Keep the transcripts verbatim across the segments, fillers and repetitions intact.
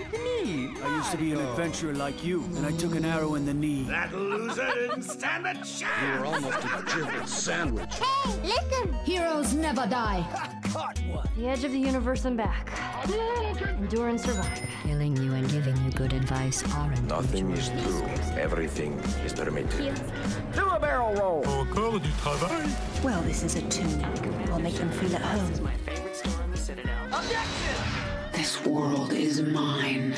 Me? I used to be an adventurer like you, and I took an arrow in the knee. That loser didn't stand a chance! You were almost a jibble sandwich. Hey, listen! Heroes never die. Caught one. The edge of the universe and back. Endure and survive. Killing you and giving you good advice aren't Nothing is true. Everything is permitted. Do a barrel roll. Encore du travail. Well, this is a tunic. I'll make them feel at home. This is my favorite store in the Citadel. This world is mine.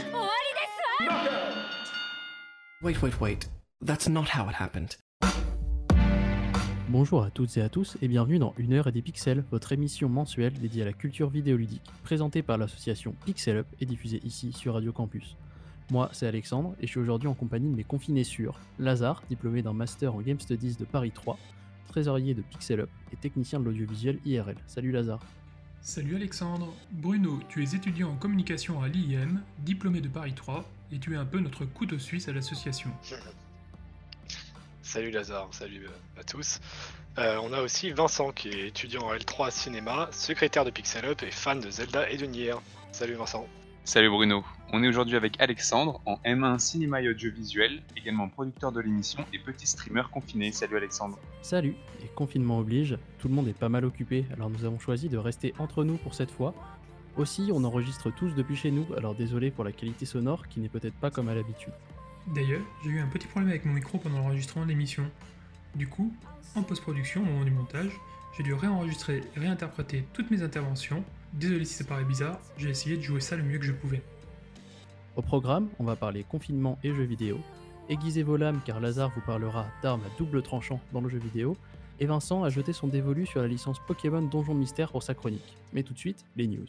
Wait, wait, wait. That's not how it happened. Bonjour à toutes et à tous et bienvenue dans Une heure et des pixels, votre émission mensuelle dédiée à la culture vidéoludique, présentée par l'association Pixel Up et diffusée ici sur Radio Campus. Moi, c'est Alexandre et je suis aujourd'hui en compagnie de mes confinés sûrs, Lazare, diplômé d'un master en Game Studies de Paris trois, trésorier de Pixel Up et technicien de l'audiovisuel I R L. Salut Lazare. Salut Alexandre. Bruno, tu es étudiant en communication à l'I I M, diplômé de Paris trois, et tu es un peu notre couteau suisse à l'association. Salut Lazare, salut à tous. Euh, on a aussi Vincent qui est étudiant en L trois cinéma, secrétaire de Pixel Up et fan de Zelda et de Nier. Salut Vincent. Salut Bruno. On est aujourd'hui avec Alexandre en M un cinéma et audiovisuel, également producteur de l'émission et petit streamer confiné. Salut Alexandre. Salut, et confinement oblige, tout le monde est pas mal occupé, alors nous avons choisi de rester entre nous pour cette fois. Aussi, on enregistre tous depuis chez nous, alors désolé pour la qualité sonore qui n'est peut-être pas comme à l'habitude. D'ailleurs, j'ai eu un petit problème avec mon micro pendant l'enregistrement de l'émission. Du coup, en post-production, au moment du montage, j'ai dû réenregistrer et réinterpréter toutes mes interventions. Désolé si ça paraît bizarre, j'ai essayé de jouer ça le mieux que je pouvais. Au programme, on va parler confinement et jeux vidéo. Aiguisez vos lames car Lazare vous parlera d'armes à double tranchant dans le jeu vidéo. Et Vincent a jeté son dévolu sur la licence Pokémon Donjon Mystère pour sa chronique. Mais tout de suite, les news.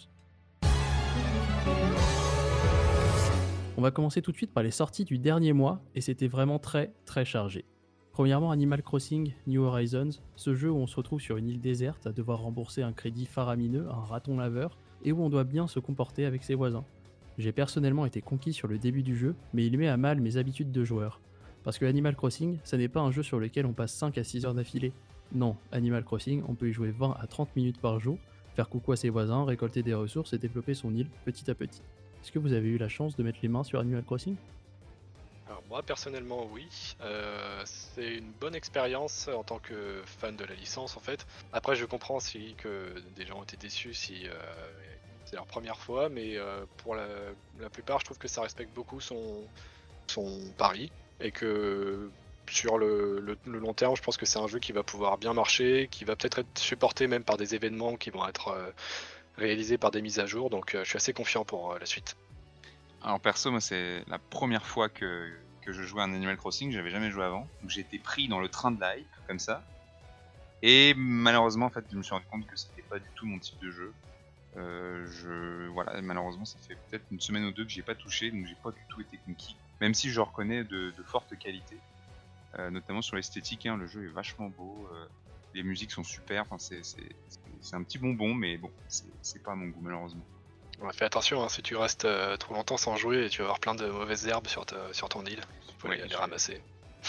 On va commencer tout de suite par les sorties du dernier mois, et c'était vraiment très très chargé. Premièrement, Animal Crossing New Horizons, ce jeu où on se retrouve sur une île déserte à devoir rembourser un crédit faramineux, un raton laveur, et où on doit bien se comporter avec ses voisins. J'ai personnellement été conquis sur le début du jeu, mais il met à mal mes habitudes de joueur. Parce que Animal Crossing, ça n'est pas un jeu sur lequel on passe cinq à six heures d'affilée. Non, Animal Crossing, on peut y jouer vingt à trente minutes par jour, faire coucou à ses voisins, récolter des ressources et développer son île petit à petit. Est-ce que vous avez eu la chance de mettre les mains sur Animal Crossing ? Alors moi personnellement oui, euh, c'est une bonne expérience en tant que fan de la licence en fait. Après je comprends si que des gens ont été déçus si euh, c'est leur première fois, mais euh, pour la, la plupart je trouve que ça respecte beaucoup son, son pari et que sur le, le, le long terme je pense que c'est un jeu qui va pouvoir bien marcher, qui va peut-être être supporté même par des événements qui vont être euh, réalisés par des mises à jour, donc euh, je suis assez confiant pour euh, la suite. Alors perso, moi c'est la première fois que, que je jouais à un Animal Crossing, j'avais jamais joué avant, donc j'ai été pris dans le train de la hype, comme ça. Et malheureusement, en fait, je me suis rendu compte que c'était pas du tout mon type de jeu. Euh, je, voilà, malheureusement, ça fait peut-être une semaine ou deux que j'ai pas touché, donc j'ai pas du tout été conquis. Même si je reconnais de, de fortes qualités, euh, notamment sur l'esthétique, hein, le jeu est vachement beau, euh, les musiques sont super, enfin, c'est, c'est, c'est, c'est un petit bonbon, mais bon, c'est, c'est pas à mon goût malheureusement. Ouais, fais attention, hein, si tu restes euh, trop longtemps sans jouer, tu vas avoir plein de mauvaises herbes sur, ta, sur ton île. Il faut ouais, les, les ramasser.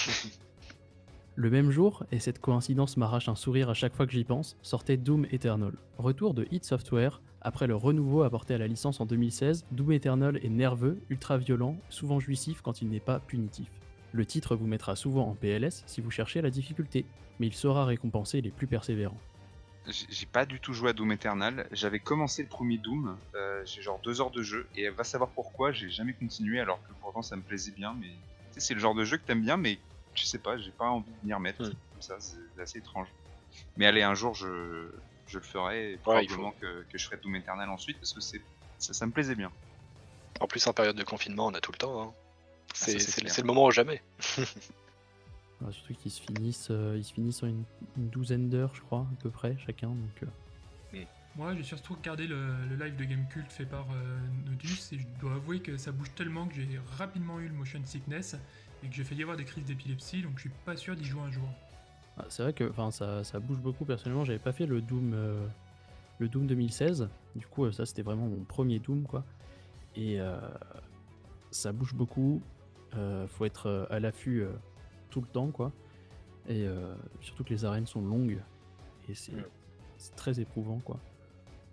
Le même jour, et cette coïncidence m'arrache un sourire à chaque fois que j'y pense, sortait Doom Eternal. Retour de id Software, après le renouveau apporté à la licence en deux mille seize, Doom Eternal est nerveux, ultra violent, souvent jouissif quand il n'est pas punitif. Le titre vous mettra souvent en P L S si vous cherchez la difficulté, mais il saura récompenser les plus persévérants. J'ai pas du tout joué à Doom Eternal, j'avais commencé le premier Doom, euh, j'ai genre deux heures de jeu, et va savoir pourquoi j'ai jamais continué alors que pourtant ça me plaisait bien, mais tu sais, c'est le genre de jeu que t'aimes bien, mais je sais pas, j'ai pas envie de m'y remettre, mmh. Comme ça, c'est, c'est assez étrange. Mais allez, un jour je, je le ferai, et probablement ouais, que, que je ferai Doom Eternal ensuite, parce que c'est, ça, ça me plaisait bien. En plus en période de confinement, on a tout le temps, hein. c'est, ah, ça, c'est, c'est, c'est le moment ou jamais. Alors, surtout qu'ils se finissent, euh, ils se finissent en une, une douzaine d'heures, je crois, à peu près, chacun. Donc, euh... Moi, j'ai surtout regardé le, le live de Gamecult fait par euh, Nodus, et je dois avouer que ça bouge tellement que j'ai rapidement eu le motion sickness, et que j'ai failli avoir des crises d'épilepsie, donc je suis pas sûr d'y jouer un jour. Ah, c'est vrai que ça, ça bouge beaucoup, personnellement, j'avais pas fait le Doom, euh, le Doom deux mille seize, du coup, ça c'était vraiment mon premier Doom, quoi. Et euh, ça bouge beaucoup, euh, faut être à l'affût... Euh, tout le temps quoi, et euh, surtout que les arènes sont longues et c'est, c'est très éprouvant quoi.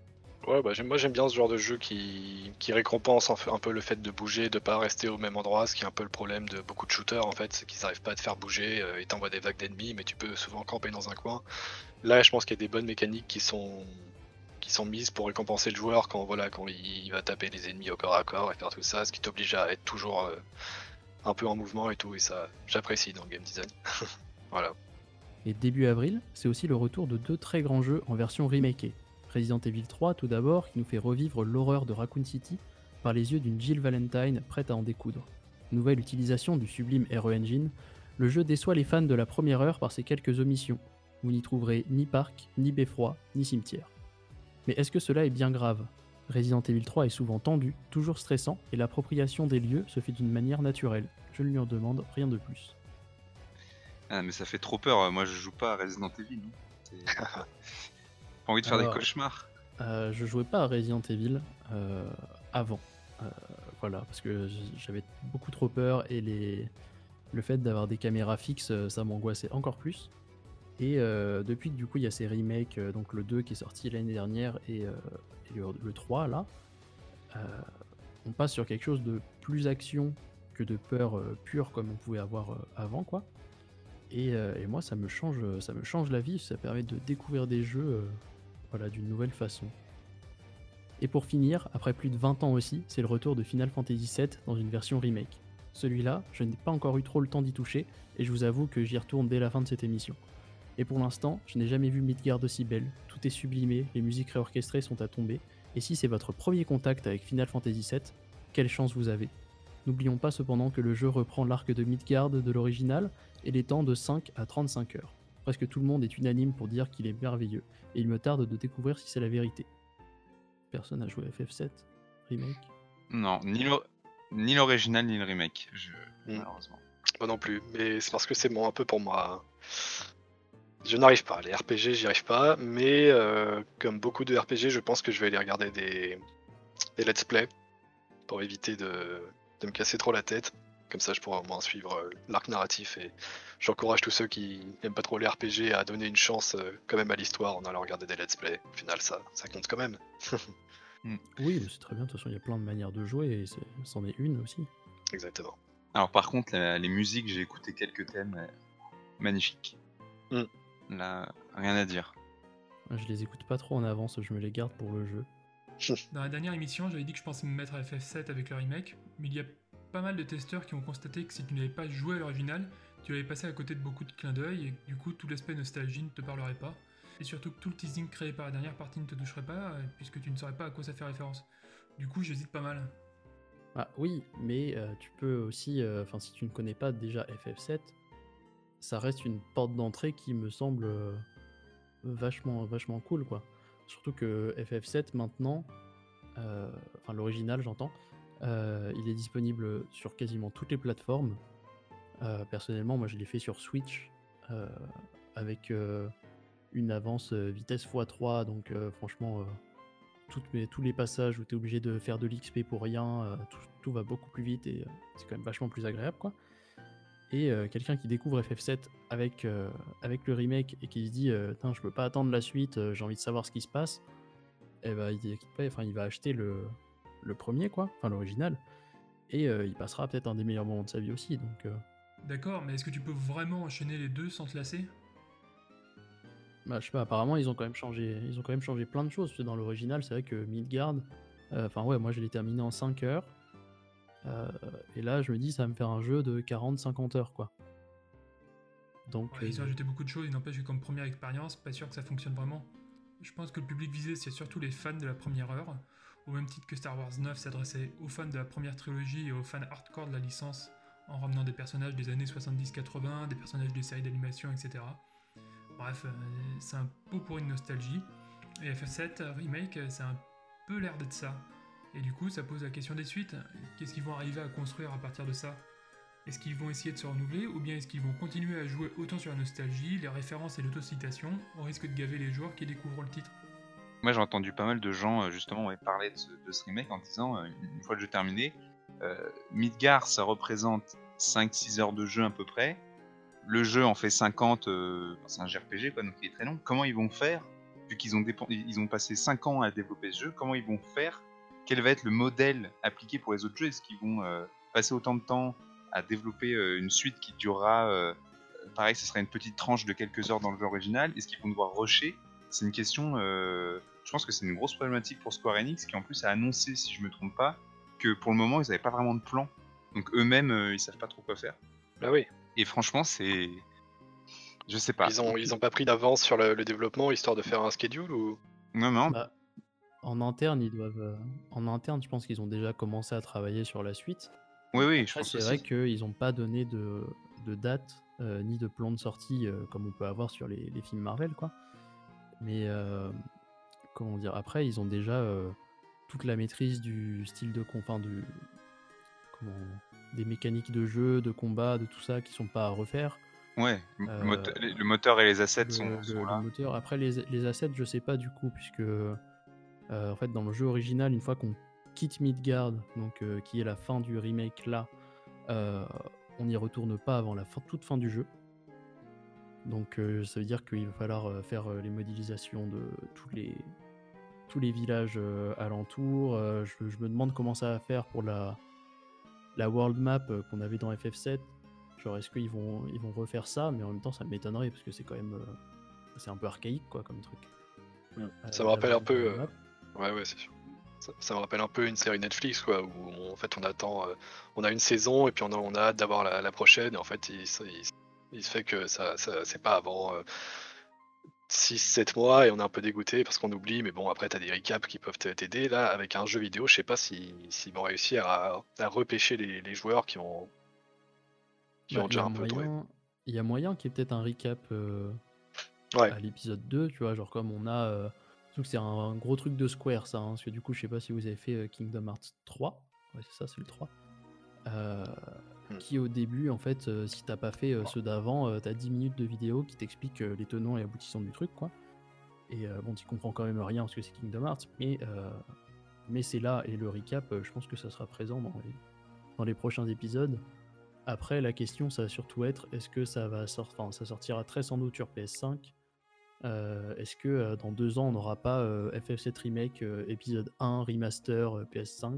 Ouais, bah j'aime- moi j'aime bien ce genre de jeu qui, qui récompense un, peu- un peu le fait de bouger, de pas rester au même endroit, ce qui est un peu le problème de beaucoup de shooters en fait, c'est qu'ils n'arrivent pas à te faire bouger, euh, ils t'envoient des vagues d'ennemis, mais tu peux souvent camper dans un coin. Là, je pense qu'il y a des bonnes mécaniques qui sont, qui sont mises pour récompenser le joueur quand, voilà, quand il, il va taper les ennemis au corps à corps et faire tout ça, ce qui t'oblige à être toujours euh, un peu en mouvement et tout, et ça j'apprécie dans le game design. Voilà. Et début avril, c'est aussi le retour de deux très grands jeux en version remakée. Resident Evil trois tout d'abord, qui nous fait revivre l'horreur de Raccoon City par les yeux d'une Jill Valentine prête à en découdre. Nouvelle utilisation du sublime R E Engine, le jeu déçoit les fans de la première heure par ses quelques omissions. Vous n'y trouverez ni parc, ni beffroi, ni cimetière. Mais est-ce que cela est bien grave ? Resident Evil trois est souvent tendu, toujours stressant, et l'appropriation des lieux se fait d'une manière naturelle. Je ne lui en demande rien de plus. Ah, mais ça fait trop peur, moi je joue pas à Resident Evil. Non C'est- Pas envie de faire Alors, des cauchemars. Euh, je jouais pas à Resident Evil euh, avant, Euh, voilà, parce que j- j'avais beaucoup trop peur et les... le fait d'avoir des caméras fixes, euh, ça m'angoissait encore plus. Et euh, depuis que du coup il y a ces remakes, euh, donc le deux qui est sorti l'année dernière et, euh, et le, le trois là, euh, on passe sur quelque chose de plus action que de peur euh, pure comme on pouvait avoir euh, avant quoi. Et, euh, et moi ça me change, ça me change la vie, ça permet de découvrir des jeux. euh, Voilà, d'une nouvelle façon. Et pour finir, après plus de vingt ans aussi, c'est le retour de Final Fantasy sept dans une version remake. Celui-là, je n'ai pas encore eu trop le temps d'y toucher, et je vous avoue que j'y retourne dès la fin de cette émission. Et pour l'instant, je n'ai jamais vu Midgard aussi belle, tout est sublimé, les musiques réorchestrées sont à tomber, et si c'est votre premier contact avec Final Fantasy sept, quelle chance vous avez. N'oublions pas cependant que le jeu reprend l'arc de Midgard de l'original, et les temps de cinq à trente-cinq heures. Presque tout le monde est unanime pour dire qu'il est merveilleux, et il me tarde de découvrir si c'est la vérité. Personne n'a joué à F F sept remake. Non, ni l'o- ni l'original ni le remake, je... Mm. malheureusement. Moi non plus, mais c'est parce que c'est bon, un peu pour moi. Je n'arrive pas, les R P G j'y arrive pas, mais euh, comme beaucoup de R P G, je pense que je vais aller regarder des, des let's play pour éviter de, de me casser trop la tête. Comme ça je pourrai au moins suivre euh, l'arc narratif et j'encourage tous ceux qui n'aiment pas trop les R P G à donner une chance euh, quand même à l'histoire en allant regarder des let's play. Au final ça, ça compte quand même. Oui, mais c'est très bien, de toute façon il y a plein de manières de jouer, et c'est- c'en est une aussi. Exactement. Alors par contre, la- les musiques, j'ai écouté quelques thèmes euh, magnifiques. Mm. Là, rien à dire. Je les écoute pas trop en avance, je me les garde pour le jeu. Dans la dernière émission, j'avais dit que je pensais me mettre à F F sept avec le remake, mais il y a pas mal de testeurs qui ont constaté que si tu n'avais pas joué à l'original, tu allais passer à côté de beaucoup de clins d'œil et que du coup tout l'aspect nostalgie ne te parlerait pas. Et surtout que tout le teasing créé par la dernière partie ne te toucherait pas, euh, puisque tu ne saurais pas à quoi ça fait référence. Du coup, j'hésite pas mal. Ah oui, mais euh, tu peux aussi, euh, enfin si tu ne connais pas déjà F F sept, ça reste une porte d'entrée qui me semble euh, vachement, vachement cool quoi. Surtout que F F sept maintenant, euh, enfin l'original j'entends, euh, il est disponible sur quasiment toutes les plateformes. Euh, personnellement, moi je l'ai fait sur Switch euh, avec euh, une avance euh, vitesse fois trois, donc euh, franchement, euh, toutes mes- tous les passages où tu es obligé de faire de l'X P pour rien, euh, tout, tout va beaucoup plus vite et euh, c'est quand même vachement plus agréable quoi. Et euh, quelqu'un qui découvre F F sept avec, euh, avec le remake et qui se dit euh, Tain, je peux pas attendre la suite, euh, j'ai envie de savoir ce qui se passe, et ben il, enfin, il va acheter le, le premier quoi, enfin l'original, et euh, il passera peut-être un des meilleurs moments de sa vie aussi. Donc, euh, D'accord, mais est-ce que tu peux vraiment enchaîner les deux sans te lasser? bah, je sais pas, apparemment ils ont quand même changé, ils ont quand même changé plein de choses. Parce que dans l'original, c'est vrai que Midgard, euh, enfin ouais, moi je l'ai terminé en cinq heures. Euh, et là, je me dis, ça va me faire un jeu de quarante à cinquante heures, quoi. Donc, Ouais, ils ont euh, ajouté beaucoup de choses, il n'empêche que comme première expérience, pas sûr que ça fonctionne vraiment. Je pense que le public visé, c'est surtout les fans de la première heure, au même titre que Star Wars neuf s'adressait aux fans de la première trilogie et aux fans hardcore de la licence, en ramenant des personnages des années soixante-dix quatre-vingts, des personnages des séries d'animation, et cetera. Bref, euh, c'est un pot pour une nostalgie, et F F sept Remake, euh, c'est un peu l'air d'être ça. Et du coup, ça pose la question des suites. Qu'est-ce qu'ils vont arriver à construire à partir de ça? Est-ce qu'ils vont essayer de se renouveler, ou bien est-ce qu'ils vont continuer à jouer autant sur la nostalgie, les références et l'autocitation, au risque de gaver les joueurs qui découvrent le titre? Moi j'ai entendu pas mal de gens euh, justement ouais, parler de ce, de ce remake en disant, euh, une fois le jeu terminé, euh, Midgard ça représente cinq à six heures de jeu à peu près, le jeu en fait cinquante, euh, c'est un J R P G quoi, donc il est très long, comment ils vont faire vu qu'ils ont, dépen- ils ont passé cinq ans à développer ce jeu, comment ils vont faire? Quel va être le modèle appliqué pour les autres jeux? Est-ce qu'ils vont euh, passer autant de temps à développer euh, une suite qui durera, euh, pareil, ce sera une petite tranche de quelques heures dans le jeu original? Est-ce qu'ils vont devoir rusher? C'est une question, euh, je pense que c'est une grosse problématique pour Square Enix, qui en plus a annoncé, si je me trompe pas, que pour le moment ils n'avaient pas vraiment de plan. Donc eux-mêmes, euh, ils savent pas trop quoi faire. Bah oui. Et franchement, c'est... Je sais pas. Ils ont, ils ont pas pris d'avance sur le, le développement histoire de faire un schedule ou... Non, non. Bah, en interne, ils doivent. euh, En interne, je pense qu'ils ont déjà commencé à travailler sur la suite. Oui, oui, je Après, pense c'est aussi. vrai qu'ils n'ont pas donné de, de date euh, ni de plan de sortie euh, comme on peut avoir sur les, les films Marvel, quoi. Mais euh, comment dire, après, ils ont déjà euh, toute la maîtrise du style de com- enfin, du comment des mécaniques de jeu, de combat, de tout ça qui sont pas à refaire. Ouais, le, Euh, moteur, le moteur et les assets le, sont, le- sont le là. moteur. Après, les, les assets, je sais pas du coup, puisque euh, en fait, dans le jeu original, une fois qu'on quitte Midgard, donc euh, qui est la fin du remake là, euh, on n'y retourne pas avant la fin, toute fin du jeu. Donc euh, ça veut dire qu'il va falloir euh, faire euh, les modélisations de tous les tous les villages euh, alentours. Euh, je, je me demande comment ça va faire pour la la world map euh, qu'on avait dans F F sept. Genre est-ce qu'ils vont ils vont refaire ça, mais en même temps ça m'étonnerait parce que c'est quand même euh, c'est un peu archaïque quoi comme truc. Mm. Euh, Ça me la rappelle un world peu... map. euh, Ouais, ouais, c'est sûr. Ça, ça me rappelle un peu une série Netflix, quoi, où on- en fait on attend... euh, On a une saison et puis on a, on a hâte d'avoir la, la prochaine, et en fait il, se- il, se- il se fait que ça, ça c'est pas avant... euh, six sept mois et on est un peu dégoûté parce qu'on oublie, mais bon, après t'as des recaps qui peuvent t'aider. Là, avec un jeu vidéo, je sais pas si- s'ils vont réussir à, à repêcher les, les joueurs qui ont, qui Bah, ont il y déjà a un peu tourné. moyen il y a moyen qu'il y ait peut-être un recap euh, Ouais. à l'épisode deux, tu vois, genre comme on a euh, surtout que c'est un, un gros truc de Square ça, hein, parce que du coup je sais pas si vous avez fait euh, Kingdom Hearts trois, ouais c'est ça, c'est le trois, euh, Hmm. qui au début en fait euh, si t'as pas fait euh, ceux d'avant, euh, t'as dix minutes de vidéo qui t'explique euh, les tenants et aboutissants du truc quoi, et euh, bon t'y comprends quand même rien parce que c'est Kingdom Hearts, mais, euh, mais c'est là, et le recap euh, je pense que ça sera présent dans les, dans les prochains épisodes. Après la question ça va surtout être est-ce que ça va sortir, enfin ça sortira très sans doute sur P S cinq. Euh, est-ce que euh, dans deux ans on n'aura pas euh, F F sept Remake euh, épisode un remaster euh, P S cinq?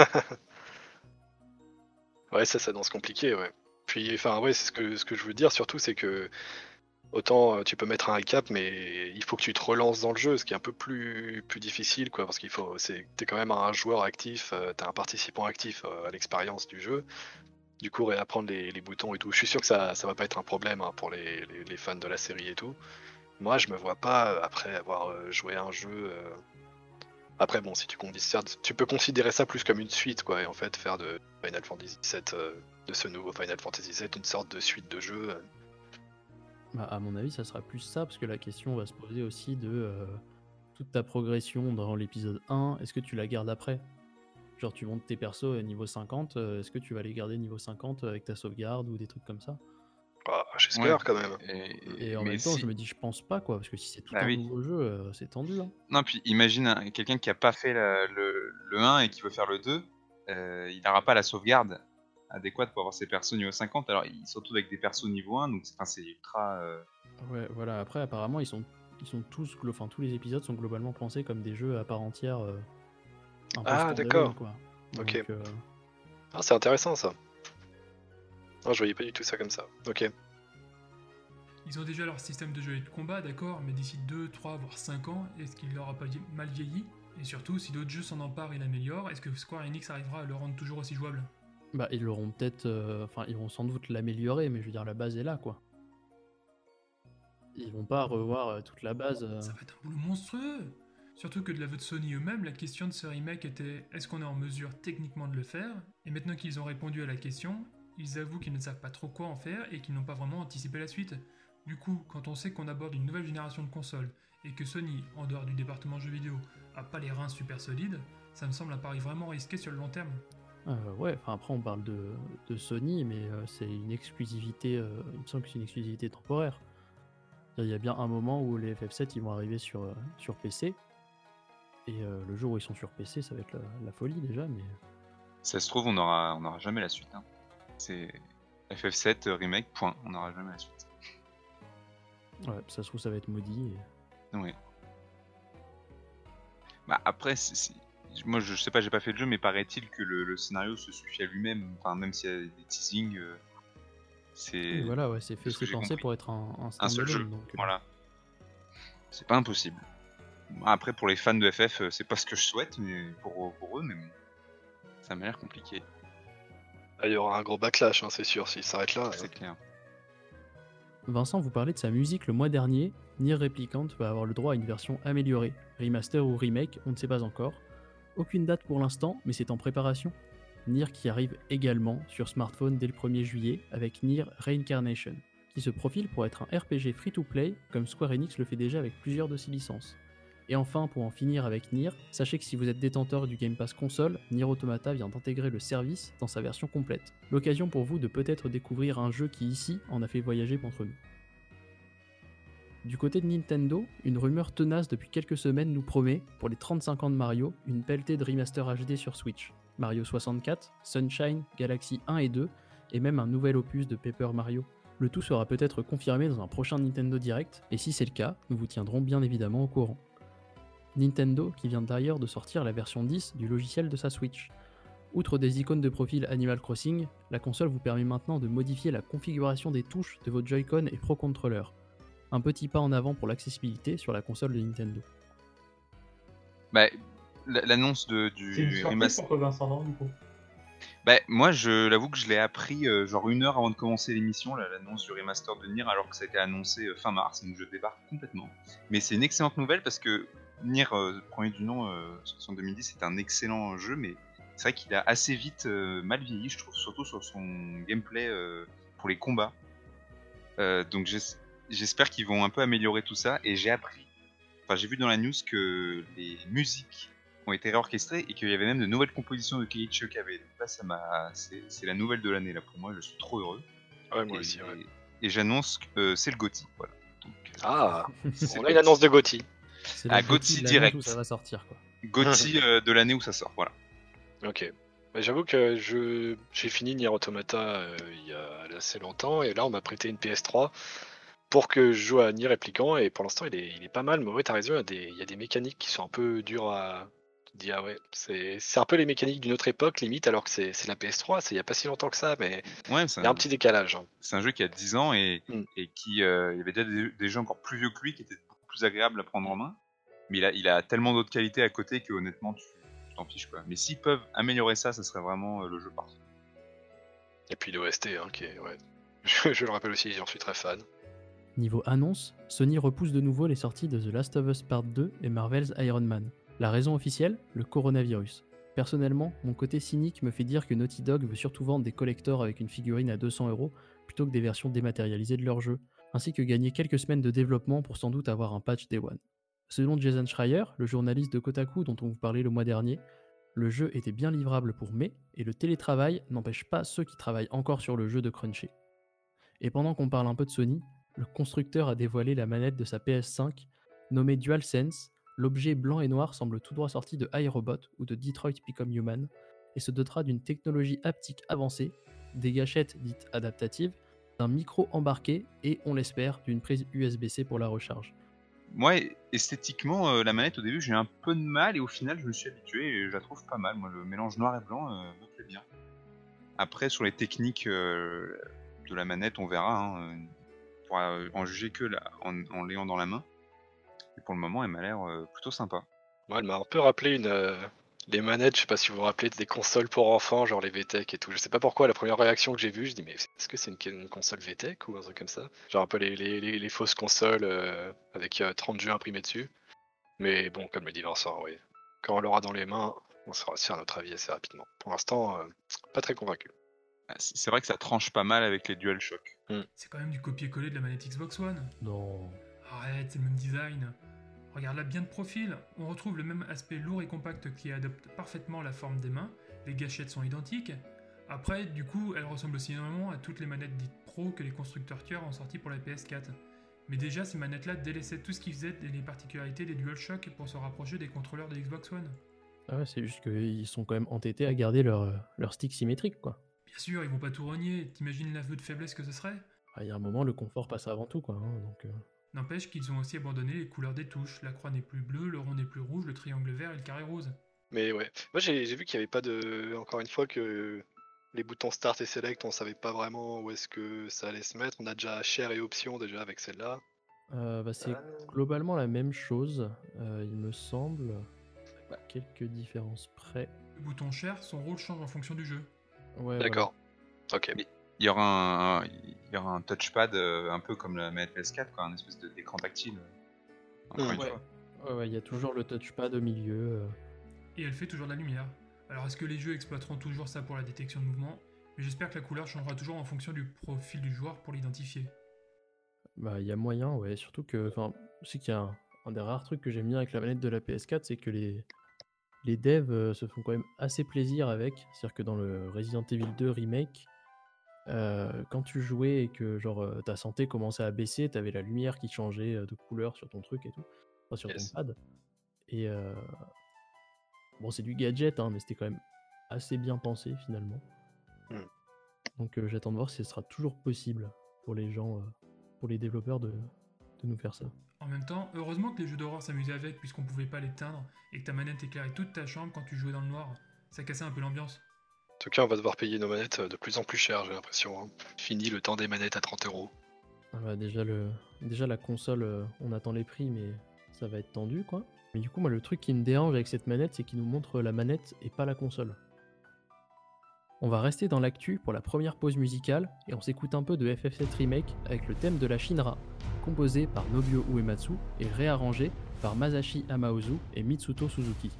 Ouais, ça, ça danse compliqué, ouais. Puis, enfin, ouais, c'est ce que, ce que je veux dire surtout, c'est que autant euh, tu peux mettre un recap, mais il faut que tu te relances dans le jeu, ce qui est un peu plus, plus difficile, quoi, parce qu'il faut, c'est, t'es quand même un joueur actif, euh, t'es un participant actif euh, à l'expérience du jeu. Du coup, réapprendre les, les boutons et tout. Je suis sûr que ça, ça va pas être un problème hein, pour les, les, les fans de la série et tout. Moi, je me vois pas, euh, après avoir euh, joué à un jeu. euh, Après, bon, si tu considères, tu peux considérer ça plus comme une suite, quoi, et en fait faire de Final Fantasy sept, euh, de ce nouveau Final Fantasy sept, une sorte de suite de jeu. euh. Bah, à mon avis ça sera plus ça, parce que la question va se poser aussi de euh, toute ta progression dans l'épisode un, est-ce que tu la gardes après? Genre tu montes tes persos à niveau cinquante, euh, est-ce que tu vas les garder niveau cinquante avec ta sauvegarde ou des trucs comme ça? Ah, j'espère Ouais. quand même. Et, Et en mais même temps si- je me dis je pense pas quoi, parce que si c'est tout Bah un oui. nouveau jeu, euh, c'est tendu hein. Non, puis imagine un- quelqu'un qui a pas fait la- le, le un et qui veut faire le deux, euh, il n'aura pas la sauvegarde adéquate pour avoir ses persos niveau cinquante, alors il se retrouve avec des persos niveau un, donc c'est, enfin, c'est ultra... euh, Ouais, voilà. Après, apparemment, ils sont, ils sont tous, glo- enfin, tous les épisodes sont globalement pensés comme des jeux à part entière. euh, un peu Ah, standalone, d'accord. quoi. Ok. Donc, euh, Ah, c'est intéressant ça. Non, je voyais pas du tout ça comme ça. Ok. Ils ont déjà leur système de jeu et de combat, d'accord, mais d'ici deux, trois, voire cinq ans, est-ce qu'il leur a pas vie- mal vieilli? Et surtout, si d'autres jeux s'en emparent et l'améliorent, est-ce que Square Enix arrivera à le rendre toujours aussi jouable? bah, ils l'auront peut-être, euh, enfin, ils vont sans doute l'améliorer, mais je veux dire, la base est là, quoi. Ils vont pas revoir euh, toute la base. euh. Ça va être un boulot monstrueux! Surtout que de l'aveu de Sony eux-mêmes, la question de ce remake était est-ce qu'on est en mesure techniquement de le faire? Et maintenant qu'ils ont répondu à la question, ils avouent qu'ils ne savent pas trop quoi en faire et qu'ils n'ont pas vraiment anticipé la suite. Du coup, quand on sait qu'on aborde une nouvelle génération de consoles et que Sony, en dehors du département jeux vidéo, a pas les reins super solides, ça me semble un pari vraiment risqué sur le long terme. Euh, ouais, enfin, après, on parle de, de Sony, mais euh, c'est une exclusivité, euh, il me semble que c'est une exclusivité temporaire. Il y a bien un moment où les F F sept ils vont arriver sur, euh, sur P C. Et euh, le jour où ils sont sur P C, ça va être la, la folie déjà, mais. Ça se trouve, on aura, on aura jamais la suite. hein. C'est F F sept euh, remake, point. On n'aura jamais la suite. Ouais, ça se trouve, ça va être maudit. et- Ouais. Bah après, c'est, c'est... moi je sais pas, j'ai pas fait le jeu, mais paraît-il que le, le scénario se suffit à lui-même. Enfin, même s'il y a des teasings, euh, c'est. Oui, voilà, ouais, c'est fait, ce que c'est j'ai pensé compris. pour être un, un Un seul jeu. standalone. Donc, euh, Voilà. C'est pas impossible. Après, pour les fans de F F, c'est pas ce que je souhaite, mais pour, pour eux, mais bon, ça m'a l'air compliqué. Ah, il y aura un gros backlash, hein, c'est sûr, s'il s'arrête là. C'est clair. Vincent, vous parlez de sa musique le mois dernier. Nier Replicant va avoir le droit à une version améliorée, remaster ou remake, on ne sait pas encore. Aucune date pour l'instant, mais c'est en préparation. Nier qui arrive également sur smartphone dès le premier juillet avec Nier Reincarnation, qui se profile pour être un R P G free-to-play comme Square Enix le fait déjà avec plusieurs de ses licences. Et enfin, pour en finir avec Nier, sachez que si vous êtes détenteur du Game Pass console, Nier Automata vient d'intégrer le service dans sa version complète. L'occasion pour vous de peut-être découvrir un jeu qui ici en a fait voyager contre nous. Du côté de Nintendo, une rumeur tenace depuis quelques semaines nous promet, pour les trente-cinq ans de Mario, une pelletée de remaster H D sur Switch. Mario soixante-quatre, Sunshine, Galaxy un et deux, et même un nouvel opus de Paper Mario. Le tout sera peut-être confirmé dans un prochain Nintendo Direct, et si c'est le cas, nous vous tiendrons bien évidemment au courant. Nintendo qui vient d'ailleurs de sortir la version dix du logiciel de sa Switch. Outre des icônes de profil Animal Crossing, la console vous permet maintenant de modifier la configuration des touches de vos Joy-Con et Pro Controller. Un petit pas en avant pour l'accessibilité sur la console de Nintendo. Bah, l'annonce de, du C'est une surprise remaster. pour Vincent, non, du coup. Bah, moi, je l'avoue que je l'ai appris euh, genre une heure avant de commencer l'émission, là, l'annonce du remaster de Nier, alors que ça a été annoncé euh, fin mars, donc je débarque complètement. Mais c'est une excellente nouvelle parce que Nier, euh, premier du nom, euh, sorti en deux mille dix, c'est un excellent jeu, mais c'est vrai qu'il a assez vite euh, mal vieilli, je trouve, surtout sur son gameplay euh, pour les combats. Euh, donc j'espère qu'ils vont un peu améliorer tout ça, et j'ai appris, enfin j'ai vu dans la news que les musiques ont été réorchestrées et qu'il y avait même de nouvelles compositions de Keiichi Okabe. Donc là, ça m'a, c'est, c'est la nouvelle de l'année là pour moi. Je suis trop heureux. Ouais, moi et, aussi. Ouais. Et, et j'annonce que euh, c'est le GOTY. Voilà. Donc, ah, c'est on a une annonce de GOTY. C'est ah, le GOTY de direct. Où ça va sortir, quoi. GOTY euh, de l'année où ça sort. Voilà. Ok. Bah, j'avoue que je j'ai fini Nier Automata euh, il y a assez longtemps et là on m'a prêté une P S trois pour que je joue à Nier Replicant et pour l'instant il est, il est pas mal. Mais ouais, t'as raison, il y a des, il y a des mécaniques qui sont un peu dures à. Tu te dis, ah ouais, c'est, c'est un peu les mécaniques d'une autre époque limite alors que c'est, c'est la P S trois, c'est il y a pas si longtemps que ça, mais ouais, il y a un petit décalage. Hein. C'est un jeu qui a dix ans et, mm. et qui euh, il y avait déjà des, des jeux encore plus vieux que lui qui étaient beaucoup plus agréables à prendre en main. Mais il a, il a tellement d'autres qualités à côté que honnêtement tu t'en fiches quoi. Mais s'ils peuvent améliorer ça, ça serait vraiment euh, le jeu parfait. Et puis l'O S T, hein, qui est, ouais. je, je le rappelle aussi, j'en suis très fan. Niveau annonce, Sony repousse de nouveau les sorties de The Last of Us Part deux et Marvel's Iron Man. La raison officielle, le coronavirus. Personnellement, mon côté cynique me fait dire que Naughty Dog veut surtout vendre des collectors avec une figurine à deux cents euros plutôt que des versions dématérialisées de leur jeu, ainsi que gagner quelques semaines de développement pour sans doute avoir un patch Day One. Selon Jason Schreier, le journaliste de Kotaku dont on vous parlait le mois dernier, le jeu était bien livrable pour mai, et le télétravail n'empêche pas ceux qui travaillent encore sur le jeu de cruncher. Et pendant qu'on parle un peu de Sony, le constructeur a dévoilé la manette de sa P S cinq, nommée DualSense. L'objet blanc et noir semble tout droit sorti de iRobot ou de Detroit Become Human, et se dotera d'une technologie haptique avancée, des gâchettes dites adaptatives, d'un micro embarqué et, on l'espère, d'une prise U S B C pour la recharge. Moi, esthétiquement, euh, la manette au début j'ai eu un peu de mal et au final je me suis habitué et je la trouve pas mal. Moi, le mélange noir et blanc euh, me plaît bien. Après, sur les techniques euh, de la manette, on verra. Hein, on pourra en juger que là, en, en l'ayant dans la main. Et pour le moment, elle m'a l'air euh, plutôt sympa. Ouais, elle m'a un peu rappelé une, euh, les manettes, je sais pas si vous vous rappelez, des consoles pour enfants, genre les V T E C et tout. Je sais pas pourquoi, la première réaction que j'ai vue, je dis mais est-ce que c'est une, une console V T E C ou un truc comme ça? Genre un peu les, les, les, les fausses consoles euh, avec euh, trente jeux imprimés dessus. Mais bon, comme le dit Vincent, oui. Quand on l'aura dans les mains, on saura se faire notre avis assez rapidement. Pour l'instant, euh, pas très convaincu. C'est vrai que ça tranche pas mal avec les DualShock. Mm. C'est quand même du copier-coller de la manette Xbox One. Non. Arrête, c'est le même design. Regarde-la bien de profil, on retrouve le même aspect lourd et compact qui adopte parfaitement la forme des mains, les gâchettes sont identiques. Après, du coup, elle ressemble aussi énormément à toutes les manettes dites pro que les constructeurs tiers ont sorties pour la P S quatre. Mais déjà, ces manettes-là délaissaient tout ce qui faisait les particularités des DualShock pour se rapprocher des contrôleurs de Xbox One. Ah ouais, c'est juste qu'ils sont quand même entêtés à garder leur, leur stick symétrique, quoi. Bien sûr, ils vont pas tout renier, t'imagines l'aveu de faiblesse que ce serait? Il y a un moment, le confort passe avant tout, quoi. Hein, donc, euh... N'empêche qu'ils ont aussi abandonné les couleurs des touches. La croix n'est plus bleue, le rond n'est plus rouge, le triangle vert et le carré rose. Mais ouais, moi j'ai j'ai vu qu'il n'y avait pas de. Encore une fois, que les boutons Start et Select, on savait pas vraiment où est-ce que ça allait se mettre. On a déjà Share et Options déjà avec celle-là. Euh, bah, c'est globalement la même chose, euh, il me semble. À quelques différences près. Le bouton Share, son rôle change en fonction du jeu. Ouais, D'accord. Ok. Mais il y aura un, un- il y aura un touchpad euh, un peu comme la manette P S quatre, quoi, un espèce de- d'écran tactile. euh, Encore Mm. une Ouais. fois. Ouais, ouais, il y a toujours le touchpad au milieu. euh. Et elle fait toujours de la lumière. Alors est-ce que les jeux exploiteront toujours ça pour la détection de mouvement? Mais j'espère que la couleur changera toujours en fonction du profil du joueur pour l'identifier. Bah, il y a moyen, ouais. Surtout que, enfin, je sais qu'il y a un, un des rares trucs que j'aime bien avec la manette de la P S quatre, c'est que les, les devs euh, se font quand même assez plaisir avec. C'est-à-dire que dans le Resident Evil deux Remake, euh, quand tu jouais et que genre euh, ta santé commençait à baisser, t'avais la lumière qui changeait euh, de couleur sur ton truc et tout, enfin, sur Yes. ton pad. Et euh, bon, c'est du gadget, hein, mais c'était quand même assez bien pensé finalement. Mm. Donc euh, j'attends de voir si ce sera toujours possible pour les gens, euh, pour les développeurs de, de nous faire ça. En même temps, heureusement que les jeux d'horreur s'amusaient avec puisqu'on pouvait pas l'éteindre et que ta manette éclairait toute ta chambre quand tu jouais dans le noir. Ça cassait un peu l'ambiance. En tout cas, on va devoir payer nos manettes de plus en plus cher, j'ai l'impression. hein. Fini le temps des manettes à trente euros. Ah bah, déjà, le, déjà la console, euh, on attend les prix, mais ça va être tendu quoi. Mais du coup, moi le truc qui me dérange avec cette manette, c'est qu'il nous montre la manette et pas la console. On va rester dans l'actu pour la première pause musicale et on s'écoute un peu de F F sept Remake avec le thème de la Shinra, composé par Nobuo Uematsu et réarrangé par Masashi Amaozu et Mitsuto Suzuki.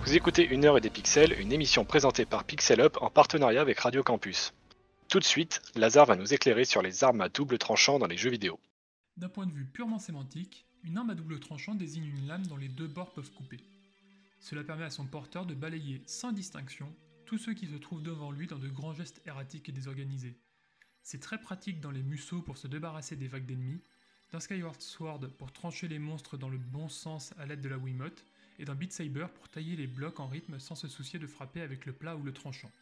Vous écoutez Une heure et des pixels, une émission présentée par Pixel Up en partenariat avec Radio Campus. Tout de suite, Lazare va nous éclairer sur les armes à double tranchant dans les jeux vidéo. D'un point de vue purement sémantique, une arme à double tranchant désigne une lame dont les deux bords peuvent couper. Cela permet à son porteur de balayer sans distinction tous ceux qui se trouvent devant lui dans de grands gestes erratiques et désorganisés. C'est très pratique dans les Musou pour se débarrasser des vagues d'ennemis, dans Skyward Sword pour trancher les monstres dans le bon sens à l'aide de la Wiimote, et dans Beat Saber pour tailler les blocs en rythme sans se soucier de frapper avec le plat ou le tranchant.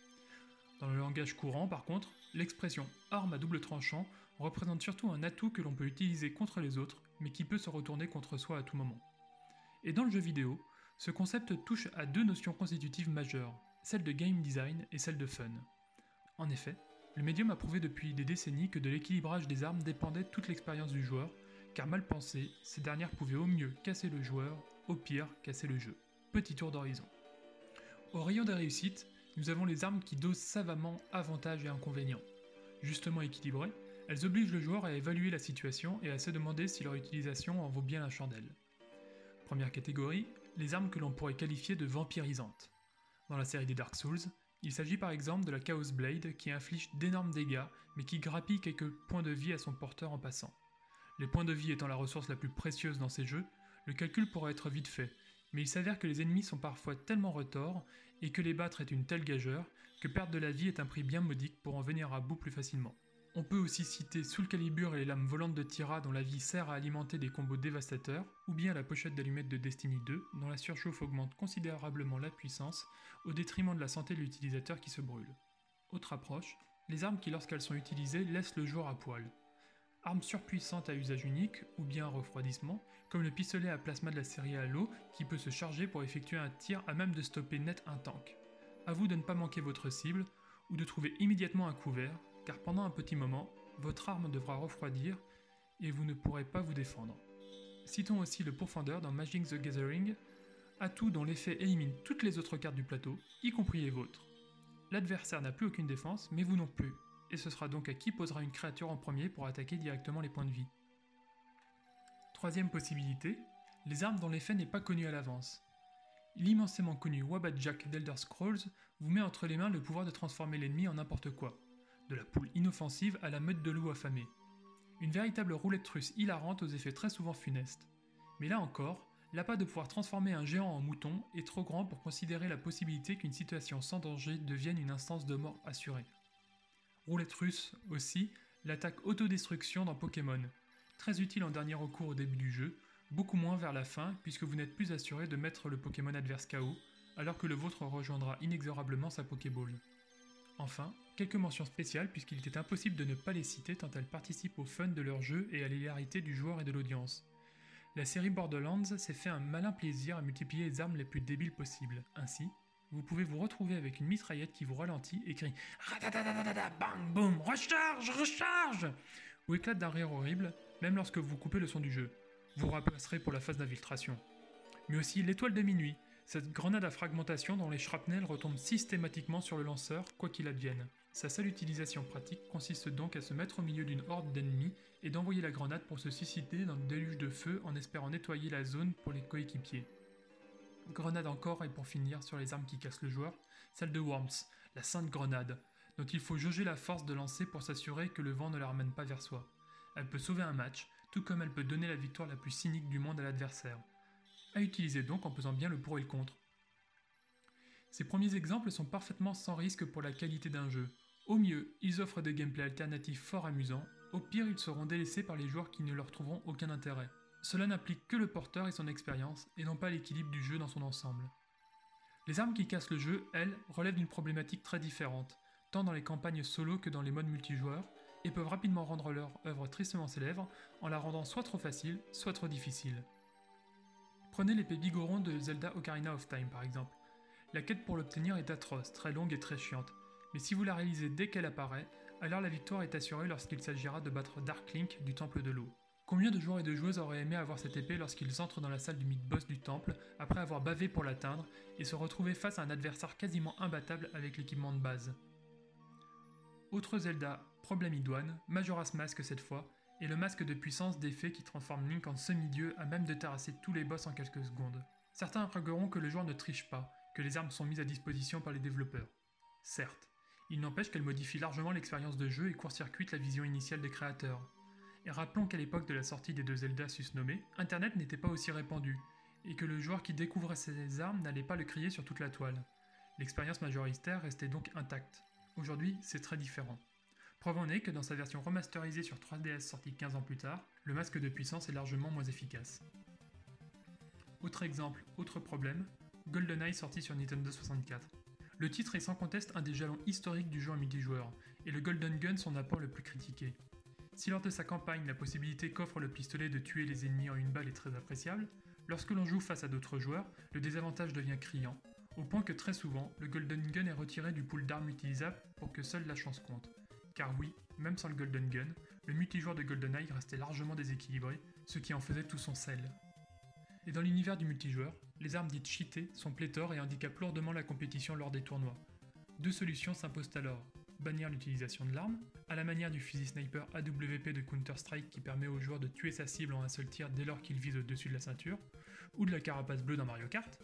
Dans le langage courant, par contre, l'expression « arme à double tranchant » représente surtout un atout que l'on peut utiliser contre les autres, mais qui peut se retourner contre soi à tout moment. Et dans le jeu vidéo, ce concept touche à deux notions constitutives majeures, celle de game design et celle de fun. En effet, le médium a prouvé depuis des décennies que de l'équilibrage des armes dépendait toute l'expérience du joueur, car mal pensées, ces dernières pouvaient au mieux casser le joueur, au pire casser le jeu. Petit tour d'horizon. Au rayon des réussites, nous avons les armes qui dosent savamment avantages et inconvénients. Justement équilibrées, elles obligent le joueur à évaluer la situation et à se demander si leur utilisation en vaut bien la chandelle. Première catégorie, les armes que l'on pourrait qualifier de vampirisantes. Dans la série des Dark Souls, il s'agit par exemple de la Chaos Blade qui inflige d'énormes dégâts mais qui grappille quelques points de vie à son porteur en passant. Les points de vie étant la ressource la plus précieuse dans ces jeux, le calcul pourrait être vite fait, mais il s'avère que les ennemis sont parfois tellement retors et que les battre est une telle gageure que perdre de la vie est un prix bien modique pour en venir à bout plus facilement. On peut aussi citer Soul Calibur et les lames volantes de Tyra dont la vie sert à alimenter des combos dévastateurs, ou bien la pochette d'allumettes de Destiny deux dont la surchauffe augmente considérablement la puissance au détriment de la santé de l'utilisateur qui se brûle. Autre approche, les armes qui lorsqu'elles sont utilisées laissent le joueur à poil. Armes surpuissantes à usage unique, ou bien refroidissement, comme le pistolet à plasma de la série Halo qui peut se charger pour effectuer un tir à même de stopper net un tank. A vous de ne pas manquer votre cible, ou de trouver immédiatement un couvert, car pendant un petit moment, votre arme devra refroidir et vous ne pourrez pas vous défendre. Citons aussi le pourfendeur dans Magic the Gathering, atout dont l'effet élimine toutes les autres cartes du plateau, y compris les vôtres. L'adversaire n'a plus aucune défense, mais vous non plus, et ce sera donc à qui posera une créature en premier pour attaquer directement les points de vie. Troisième possibilité, les armes dont l'effet n'est pas connu à l'avance. L'immensément connu Wabat-Jack d'Elder Scrolls vous met entre les mains le pouvoir de transformer l'ennemi en n'importe quoi, de la poule inoffensive à la meute de loups affamés. Une véritable roulette russe hilarante aux effets très souvent funestes. Mais là encore, l'appât de pouvoir transformer un géant en mouton est trop grand pour considérer la possibilité qu'une situation sans danger devienne une instance de mort assurée. Roulette russe aussi, l'attaque autodestruction dans Pokémon, très utile en dernier recours au début du jeu, beaucoup moins vers la fin puisque vous n'êtes plus assuré de mettre le Pokémon adverse K O, alors que le vôtre rejoindra inexorablement sa Pokéball. Enfin, quelques mentions spéciales puisqu'il était impossible de ne pas les citer tant elles participent au fun de leur jeu et à l'hilarité du joueur et de l'audience. La série Borderlands s'est fait un malin plaisir à multiplier les armes les plus débiles possibles. Ainsi, vous pouvez vous retrouver avec une mitraillette qui vous ralentit et crie « Radadadadada, bang boum, recharge, recharge !» ou éclate d'un rire horrible, même lorsque vous coupez le son du jeu. Vous remplacerez pour la phase d'infiltration. Mais aussi l'étoile de minuit, cette grenade à fragmentation dont les shrapnels retombent systématiquement sur le lanceur, quoi qu'il advienne. Sa seule utilisation pratique consiste donc à se mettre au milieu d'une horde d'ennemis et d'envoyer la grenade pour se susciter dans le déluge de feu en espérant nettoyer la zone pour les coéquipiers. Grenade encore et pour finir sur les armes qui cassent le joueur, celle de Worms, la sainte grenade, dont il faut jauger la force de lancer pour s'assurer que le vent ne la ramène pas vers soi. Elle peut sauver un match, tout comme elle peut donner la victoire la plus cynique du monde à l'adversaire. À utiliser donc en pesant bien le pour et le contre. Ces premiers exemples sont parfaitement sans risque pour la qualité d'un jeu. Au mieux, ils offrent des gameplays alternatifs fort amusants, au pire ils seront délaissés par les joueurs qui ne leur trouveront aucun intérêt. Cela n'implique que le porteur et son expérience, et non pas l'équilibre du jeu dans son ensemble. Les armes qui cassent le jeu, elles, relèvent d'une problématique très différente, tant dans les campagnes solo que dans les modes multijoueurs, et peuvent rapidement rendre leur œuvre tristement célèbre, en la rendant soit trop facile, soit trop difficile. Prenez l'épée Bigoron de Zelda Ocarina of Time par exemple. La quête pour l'obtenir est atroce, très longue et très chiante, mais si vous la réalisez dès qu'elle apparaît, alors la victoire est assurée lorsqu'il s'agira de battre Dark Link du Temple de l'eau. Combien de joueurs et de joueuses auraient aimé avoir cette épée lorsqu'ils entrent dans la salle du mid-boss du temple, après avoir bavé pour l'atteindre, et se retrouver face à un adversaire quasiment imbattable avec l'équipement de base. Autre Zelda, problème idoine, Majora's Mask cette fois, et le masque de puissance d'effet qui transforme Link en semi-dieu à même de terrasser tous les boss en quelques secondes. Certains argueront que le joueur ne triche pas, que les armes sont mises à disposition par les développeurs. Certes, il n'empêche qu'elles modifient largement l'expérience de jeu et court-circuitent la vision initiale des créateurs. Et rappelons qu'à l'époque de la sortie des deux Zelda susnommés, Internet n'était pas aussi répandu, et que le joueur qui découvrait ces armes n'allait pas le crier sur toute la toile. L'expérience majoritaire restait donc intacte. Aujourd'hui, c'est très différent. Preuve en est que dans sa version remasterisée sur trois D S sortie quinze ans plus tard, le masque de puissance est largement moins efficace. Autre exemple, autre problème, GoldenEye sorti sur Nintendo soixante-quatre. Le titre est sans conteste un des jalons historiques du jeu en multijoueur, et le Golden Gun son apport le plus critiqué. Si lors de sa campagne, la possibilité qu'offre le pistolet de tuer les ennemis en une balle est très appréciable, lorsque l'on joue face à d'autres joueurs, le désavantage devient criant, au point que très souvent, le Golden Gun est retiré du pool d'armes utilisables pour que seule la chance compte. Car oui, même sans le Golden Gun, le multijoueur de GoldenEye restait largement déséquilibré, ce qui en faisait tout son sel. Et dans l'univers du multijoueur, les armes dites cheatées sont pléthores et handicapent lourdement la compétition lors des tournois. Deux solutions s'imposent alors. Bannir l'utilisation de l'arme, à la manière du fusil sniper A W P de Counter-Strike qui permet au joueur de tuer sa cible en un seul tir dès lors qu'il vise au-dessus de la ceinture, ou de la carapace bleue dans Mario Kart,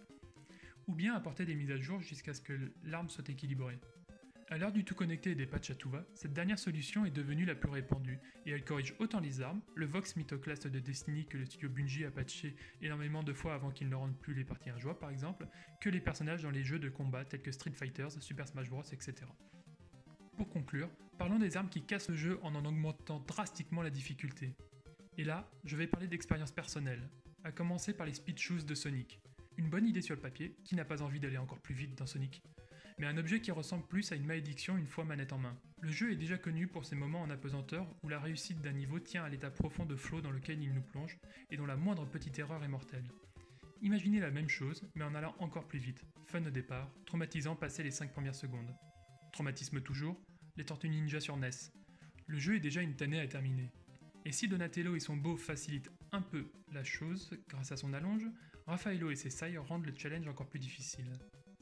ou bien apporter des mises à jour jusqu'à ce que l'arme soit équilibrée. À l'heure du tout connecté et des patchs à tout va, cette dernière solution est devenue la plus répandue, et elle corrige autant les armes, le Vox Mythoclast de Destiny que le studio Bungie a patché énormément de fois avant qu'il ne rende plus les parties injouables par exemple, que les personnages dans les jeux de combat tels que Street Fighter, Super Smash Bros, et cetera. Pour conclure, parlons des armes qui cassent le jeu en en augmentant drastiquement la difficulté. Et là, je vais parler d'expérience personnelle, à commencer par les speed shoes de Sonic. Une bonne idée sur le papier, qui n'a pas envie d'aller encore plus vite dans Sonic, mais un objet qui ressemble plus à une malédiction une fois manette en main. Le jeu est déjà connu pour ses moments en apesanteur où la réussite d'un niveau tient à l'état profond de flow dans lequel il nous plonge et dont la moindre petite erreur est mortelle. Imaginez la même chose, mais en allant encore plus vite. Fun au départ, traumatisant passé les cinq premières secondes. Traumatisme toujours, les Tortues Ninja sur N E S. Le jeu est déjà une tannée à terminer. Et si Donatello et son beau facilitent un peu la chose grâce à son allonge, Raffaello et ses sailles rendent le challenge encore plus difficile.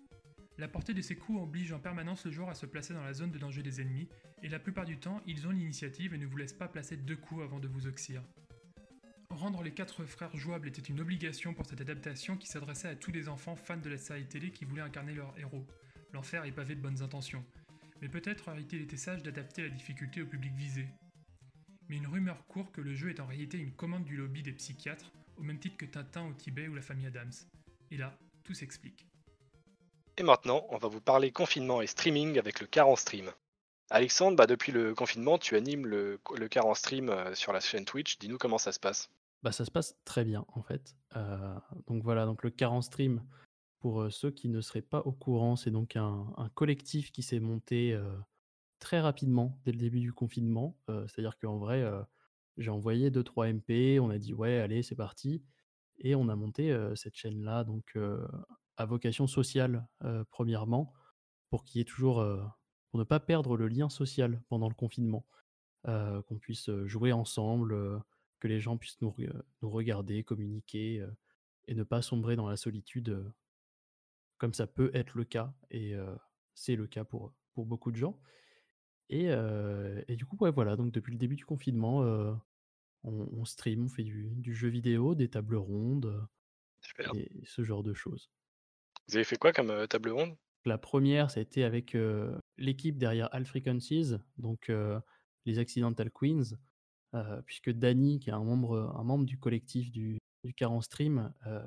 La portée de ses coups oblige en permanence le joueur à se placer dans la zone de danger des ennemis, et la plupart du temps, ils ont l'initiative et ne vous laissent pas placer deux coups avant de vous oxyre. Rendre les quatre frères jouables était une obligation pour cette adaptation qui s'adressait à tous les enfants fans de la série télé qui voulaient incarner leur héros. L'enfer est pavé de bonnes intentions. Mais peut-être aurait-il été sage d'adapter la difficulté au public visé. Mais une rumeur court que le jeu est en réalité une commande du lobby des psychiatres, au même titre que Tintin au Tibet ou la famille Adams. Et là, tout s'explique. Et maintenant, on va vous parler confinement et streaming avec le car en stream. Alexandre, bah depuis le confinement, tu animes le, le car en stream sur la chaîne Twitch. Dis-nous comment ça se passe. Bah ça se passe très bien en fait. Euh, donc voilà, donc le car en stream, pour euh, ceux qui ne seraient pas au courant, c'est donc un, un collectif qui s'est monté euh, très rapidement dès le début du confinement. Euh, c'est-à-dire qu'en vrai, euh, j'ai envoyé deux trois M P, on a dit ouais, allez, c'est parti. Et on a monté euh, cette chaîne-là, donc euh, à vocation sociale, euh, premièrement, pour qu'il y ait toujours, euh, pour ne pas perdre le lien social pendant le confinement, euh, qu'on puisse jouer ensemble, euh, que les gens puissent nous, re- nous regarder, communiquer, euh, et ne pas sombrer dans la solitude, euh, comme ça peut être le cas, et euh, c'est le cas pour, pour beaucoup de gens. Et, euh, et du coup, ouais, voilà, donc depuis le début du confinement, euh, on, on stream, on fait du, du jeu vidéo, des tables rondes, Super. et ce genre de choses. Vous avez fait quoi comme euh, table ronde? La première, ça a été avec euh, l'équipe derrière All Frequencies, donc euh, les Accidental Queens, euh, puisque Danny, qui est un membre, un membre du collectif du, du car en stream, euh,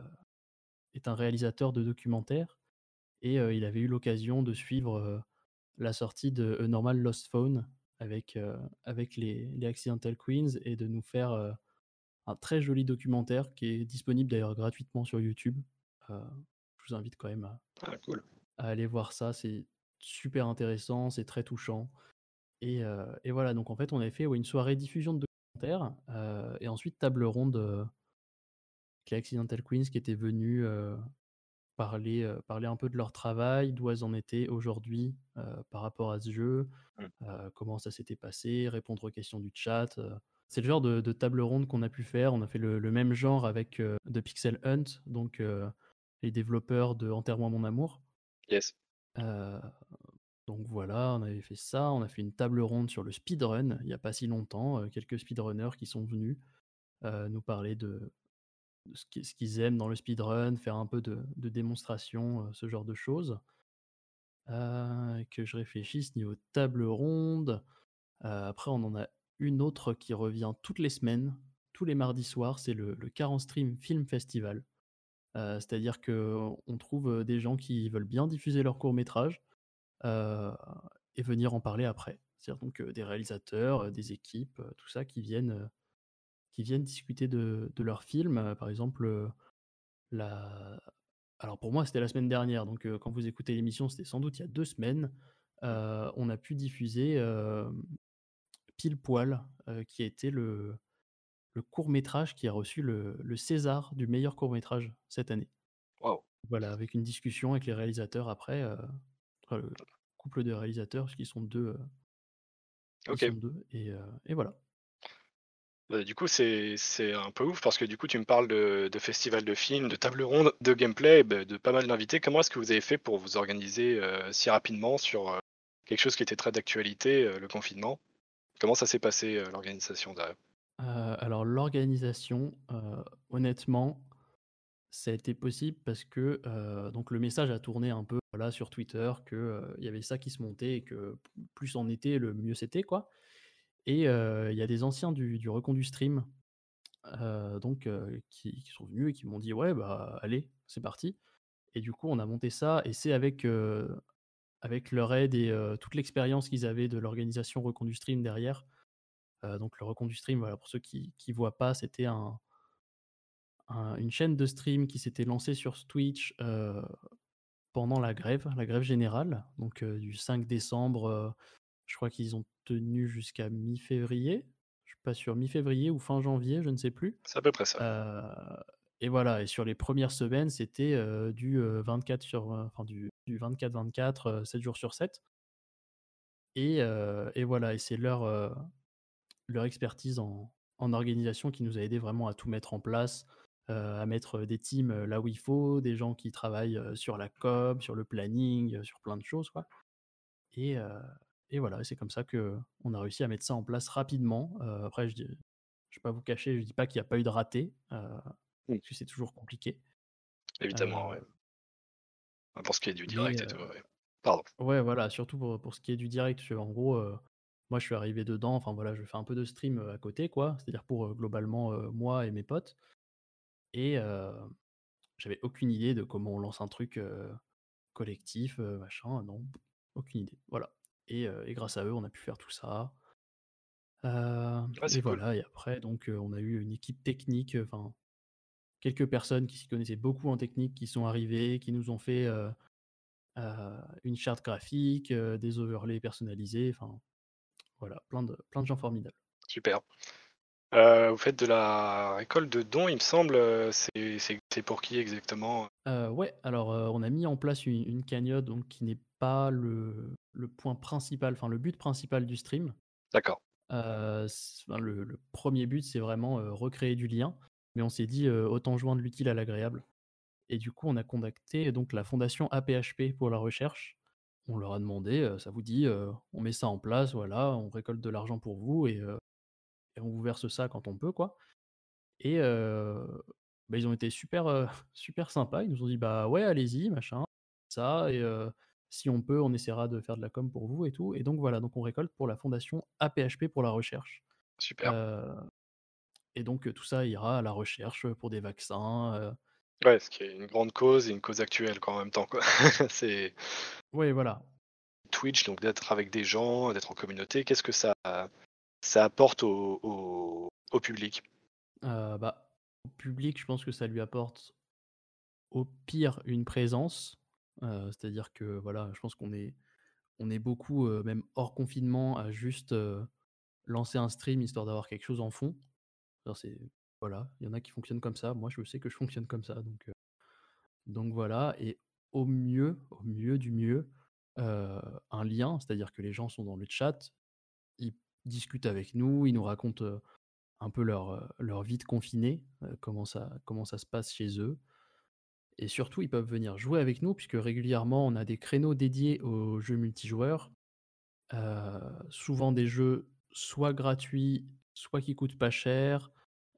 est un réalisateur de documentaires, et euh, il avait eu l'occasion de suivre euh, la sortie de A Normal Lost Phone avec, euh, avec les, les Accidental Queens, et de nous faire euh, un très joli documentaire qui est disponible d'ailleurs gratuitement sur YouTube. Euh, je vous invite quand même à, Ah, cool. à aller voir ça, c'est super intéressant, c'est très touchant. Et, euh, et voilà, donc en fait, on avait fait ouais, une soirée diffusion de documentaires, euh, et ensuite table ronde euh, avec les Accidental Queens qui étaient venus euh, parler, euh, parler un peu de leur travail, d'où elles en étaient aujourd'hui euh, par rapport à ce jeu, Mm. euh, comment ça s'était passé, répondre aux questions du chat. euh. C'est le genre de, de table ronde qu'on a pu faire. On a fait le, le même genre avec euh, The Pixel Hunt, donc euh, les développeurs de Enterre-moi mon amour. Yes. Euh, donc voilà, on avait fait ça. On a fait une table ronde sur le speedrun il n'y a pas si longtemps. euh, quelques speedrunners qui sont venus euh, nous parler de, ce qui ce qu'ils aiment dans le speedrun, faire un peu de de démonstration, heu, ce genre de choses. Heu, que je réfléchisse niveau table ronde, heu, après on en a une autre qui revient toutes les semaines, tous les mardis soirs, c'est le le Car en Stream Film Festival. Heu, c'est-à-dire qu'on trouve, heu, des gens qui veulent bien diffuser leurs courts-métrages, heu et venir en parler après. C'est-à-dire donc, heu, des réalisateurs, heu, des équipes, heu, tout ça qui viennent, heu, qui viennent discuter de de leurs films. Heu, par exemple, heu, la alors pour moi, c'était la semaine dernière, donc heu, quand vous écoutez l'émission, c'était sans doute il y a deux semaines. Heu, on a pu diffuser, hem, Pile Poil, heu, qui a été le le court-métrage qui a reçu le le César du meilleur court-métrage cette année. Waouh! Voilà, avec une discussion avec les réalisateurs après, heu, enfin le couple de réalisateurs, parce qu'ils sont deux, heu ils OK. sont deux et heu et voilà. Bah, du coup, c'est c'est un peu ouf parce que du coup, tu me parles de de festivals de films, de tables rondes, de gameplay, et bah, de pas mal d'invités. Comment est-ce que vous avez fait pour vous organiser, heu, si rapidement sur, heu, quelque chose qui était très d'actualité, heu, le confinement? Comment ça s'est passé, heu, l'organisation derrière? Heu, alors l'organisation, heu, honnêtement, ça a été possible parce que, heu, donc le message a tourné un peu, voilà, sur Twitter que, heu, il y avait ça qui se montait et que p plus on était, le mieux c'était, quoi. Et heu, il y a des anciens du du Recon du Stream, heu, donc heu, qui qui sont venus et qui m'ont dit: «Ouais, bah, allez, c'est parti». Et du coup, on a monté ça et c'est avec, heu, avec leur aide et heu, toute l'expérience qu'ils avaient de l'organisation Recon du Stream derrière. Heu, donc le Recon du Stream, voilà, pour ceux qui qui voient pas, c'était un un une chaîne de stream qui s'était lancée sur s Twitch, heu, pendant la grève, la grève générale, donc heu, du cinq décembre, heu, je crois qu'ils ont tenu jusqu'à mi-février? Je suis pas sûr, mi-février ou fin janvier, je ne sais plus. C'est à peu près ça, ouais. Heu et voilà et sur les premières semaines, c'était, heu, du, heu, vingt-quatre sur, heu, enfin du du vingt-quatre vingt-quatre, heu, sept jours sur sept. Et heu et voilà et c'est leur, heu, leur expertise en en organisation qui nous a aidés vraiment à tout mettre en place, heu, à mettre, heu, des teams, heu, là où il faut, des gens qui travaillent, heu, sur la com, sur le planning, heu, sur plein de choses, quoi. Et heu et voilà et c'est comme ça qu'on a réussi à mettre ça en place rapidement. Heu, après je dis je vais pas vous cacher, je dis pas qu'il y a pas eu de ratés, heu, Mmh. parce que c'est toujours compliqué. Évidemment, Heu ouais. Bah, pour ce qui est du mais direct et heu tout, ouais. Pardon. ouais, voilà, surtout pour pour ce qui est du direct, parce qu'en gros, heu, moi je suis arrivé dedans, enfin voilà, je fais un peu de stream, heu, à côté, quoi. C'est-à-dire pour, heu, globalement, heu, moi et mes potes. Et heu, j'avais aucune idée de comment on lance un truc, heu, collectif, heu, machin, non, aucune idée, voilà. Et heu et grâce à eux, on a pu faire tout ça. Heu Ouais, et c'est cool. voilà et après donc heu, on a eu une équipe technique, heu, enfin, quelques personnes qui s'y connaissaient beaucoup en technique qui sont arrivées, qui nous ont fait, heu heu, une charte graphique, heu, des overlays personnalisés, enfin, voilà, plein de plein de gens formidables. Super. Heu, vous faites de la récolte de dons, il me semble, heu, c'est c'est c'est pour qui exactement? Heu, ouais, alors, heu, on a mis en place une une cagnotte donc qui n'est pas le le point principal, enfin le but principal du stream. D'accord. Heu, s enfin le le premier but, c'est vraiment, heu, recréer du lien, mais on s'est dit, heu: «Autant joindre l'utile à l'agréable» et du coup, on a contacté donc la fondation AP-HP pour la recherche. On leur a demandé, heu: «Ça vous dit, heu, on met ça en place, voilà, on récolte de l'argent pour vous et heu et on vous verse ça quand on peut, quoi» et heu, bah, ils ont été super, heu, super sympas. Ils nous ont dit: «Bah, ouais, allez-y, machin, ça et heu, si on peut, on essaiera de faire de la com pour vous et tout» et donc voilà, donc on récolte pour la fondation AP-HP pour la recherche. Super. Heu et donc heu, tout ça ira à la recherche, heu, pour des vaccins, heu Ouais, ce qui est une grande cause et une cause actuelle quoi, en même temps, quoi. C'est Ouais, voilà. Twitch, donc d'être avec des gens, d'être en communauté, qu'est-ce que ça ça apporte au au au public? Heu, bah, au public, je pense que ça lui apporte, au pire, une présence, heu, c'est-à-dire que, voilà, je pense qu'on est on est beaucoup, heu, même hors confinement à juste, heu, lancer un stream histoire d'avoir quelque chose en fond. Alors c'est voilà, il y en a qui fonctionnent comme ça. Moi, je sais que je fonctionne comme ça, donc heu, donc voilà et au mieux, au mieux du mieux, heu, un lien, c'est-à-dire que les gens sont dans le chat, ils discutent avec nous, ils nous racontent, heu, un peu leur, heu, leur vie de confinés, heu, comment ça comment ça se passe chez eux et surtout, ils peuvent venir jouer avec nous puisque régulièrement, on a des créneaux dédiés aux jeux multijoueurs. Heu, souvent des jeux soit gratuits, soit qui coûtent pas cher,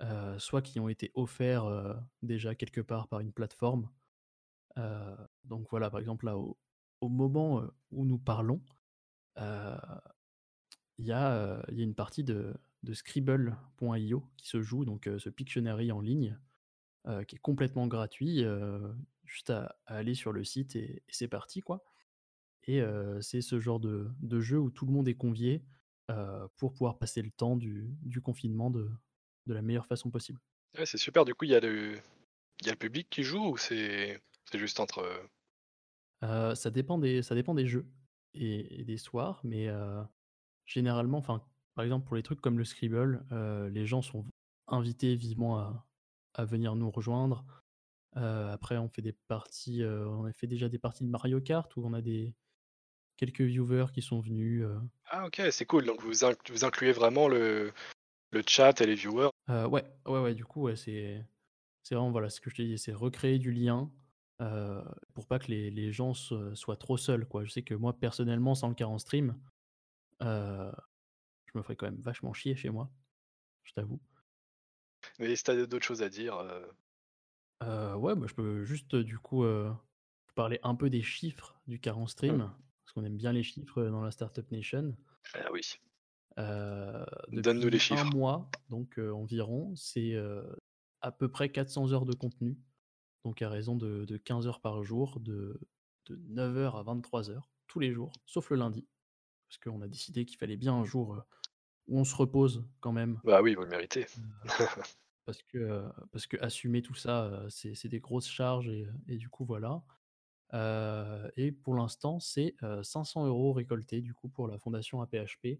euh, soit qui ont été offerts euh, déjà quelque part par une plateforme. Euh, donc voilà, par exemple, là, au, au moment euh, où nous parlons, euh, il y, euh, y a une partie de, de Scribble point i o qui se joue, donc euh, ce Pictionary en ligne, euh, qui est complètement gratuit, euh, juste à, à aller sur le site et, et c'est parti, quoi. Et euh, c'est ce genre de, de jeu où tout le monde est convié euh, pour pouvoir passer le temps du, du confinement de, de la meilleure façon possible. Ouais, c'est super, du coup, il y, a le... y a le public qui joue ou c'est c'est juste entre... Euh, ça, dépend des, ça dépend des jeux et, et des soirs, mais euh, généralement, enfin, par exemple, pour les trucs comme le Scribble, euh, les gens sont invités vivement à, à venir nous rejoindre. Euh, après, on fait des parties, euh, on a fait déjà des parties de Mario Kart où on a des quelques viewers qui sont venus. euh. Ah ok, c'est cool, donc vous, inc- vous incluez vraiment le, le chat et les viewers. Euh, ouais, ouais, ouais, du coup, ouais, c'est c'est vraiment voilà, ce que je te dis, c'est recréer du lien euh, pour pas que les, les gens so- soient trop seuls, quoi. Je sais que moi, personnellement, sans le car en stream, euh, je me ferais quand même vachement chier chez moi, je t'avoue. Mais si t'as d'autres choses à dire... euh, Euh, ouais, bah, je peux juste, euh, du coup, euh, parler un peu des chiffres du car en stream, Hmm. parce qu'on aime bien les chiffres euh, dans la Startup Nation. Ah oui. Euh, Donne-nous les depuis chiffres. un mois, donc euh, environ, c'est euh, à peu près quatre cents heures de contenu, donc à raison de, de quinze heures par jour, de, de neuf heures à vingt-trois heures, tous les jours, sauf le lundi, parce qu'on a décidé qu'il fallait bien un jour euh, où on se repose quand même. Bah oui, vous le méritez. Euh, parce, que, euh, parce que assumer tout ça, euh, c'est c'est des grosses charges, et, et du coup, voilà. Euh, et pour l'instant, c'est euh, cinq cents euros récoltés, du coup, pour la fondation A P H P.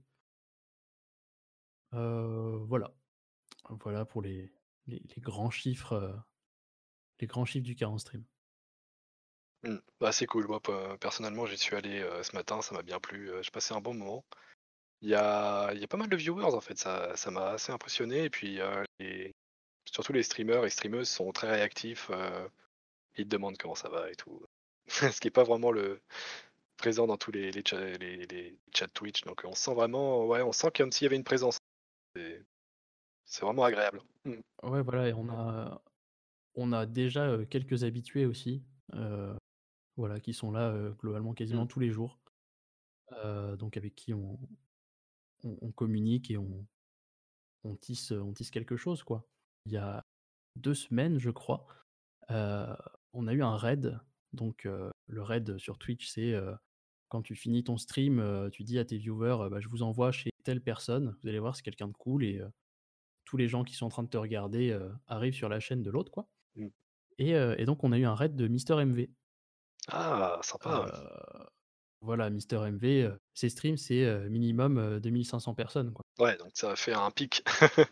Euh, voilà. Voilà pour les, les, les grands chiffres, euh, les grands chiffres du car en stream. Hmm. Bah c'est cool, moi pe- personnellement j'y suis allé euh, ce matin, ça m'a bien plu, euh, j'ai passé un bon moment. Il y a, il y a pas mal de viewers en fait, ça ça m'a assez impressionné et puis euh, les- surtout les streamers et streameuses sont très réactifs, euh, ils te demandent comment ça va et tout. Ce qui est pas vraiment le présent dans tous les, les, cha- les, les chats Twitch, donc on sent vraiment, ouais, on sent comme s'il y avait une présence. C'est c'est vraiment agréable. Hmm. Ouais, voilà, et on a, on a déjà euh, quelques habitués aussi, euh, voilà, qui sont là euh, globalement quasiment Mm. tous les jours, euh, donc avec qui on, on, on communique et on, on, tisse, on tisse quelque chose, quoi. Il y a deux semaines, je crois, euh, on a eu un raid. Donc euh, le raid sur Twitch, c'est euh, quand tu finis ton stream, euh, tu dis à tes viewers, euh, bah, je vous envoie chez telle personne, vous allez voir, c'est quelqu'un de cool, et euh, tous les gens qui sont en train de te regarder euh, arrivent sur la chaîne de l'autre, quoi. Mm. Et, euh, et donc on a eu un raid de Mister M V. Ah, sympa. Euh, voilà, Mister M V, euh, ses streams, c'est euh, minimum euh, deux mille cinq cents personnes, quoi. Ouais, donc ça a fait un pic.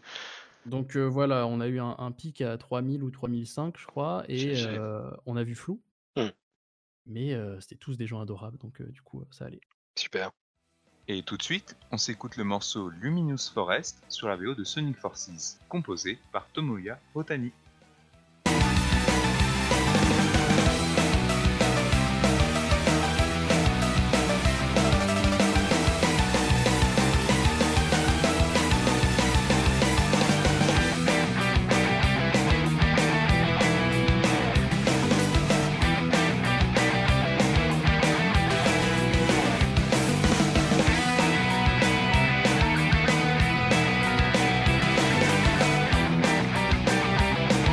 Donc euh, voilà, on a eu un, un pic à trois mille ou trois mille cinq, je crois, et G G. euh, on a vu flou. Mm. Mais euh, c'était tous des gens adorables, donc euh, du coup, ça allait. Super. Et tout de suite, on s'écoute le morceau Luminous Forest sur la V O de Sonic Forces, composé par Tomoya Otani. We'll be right back.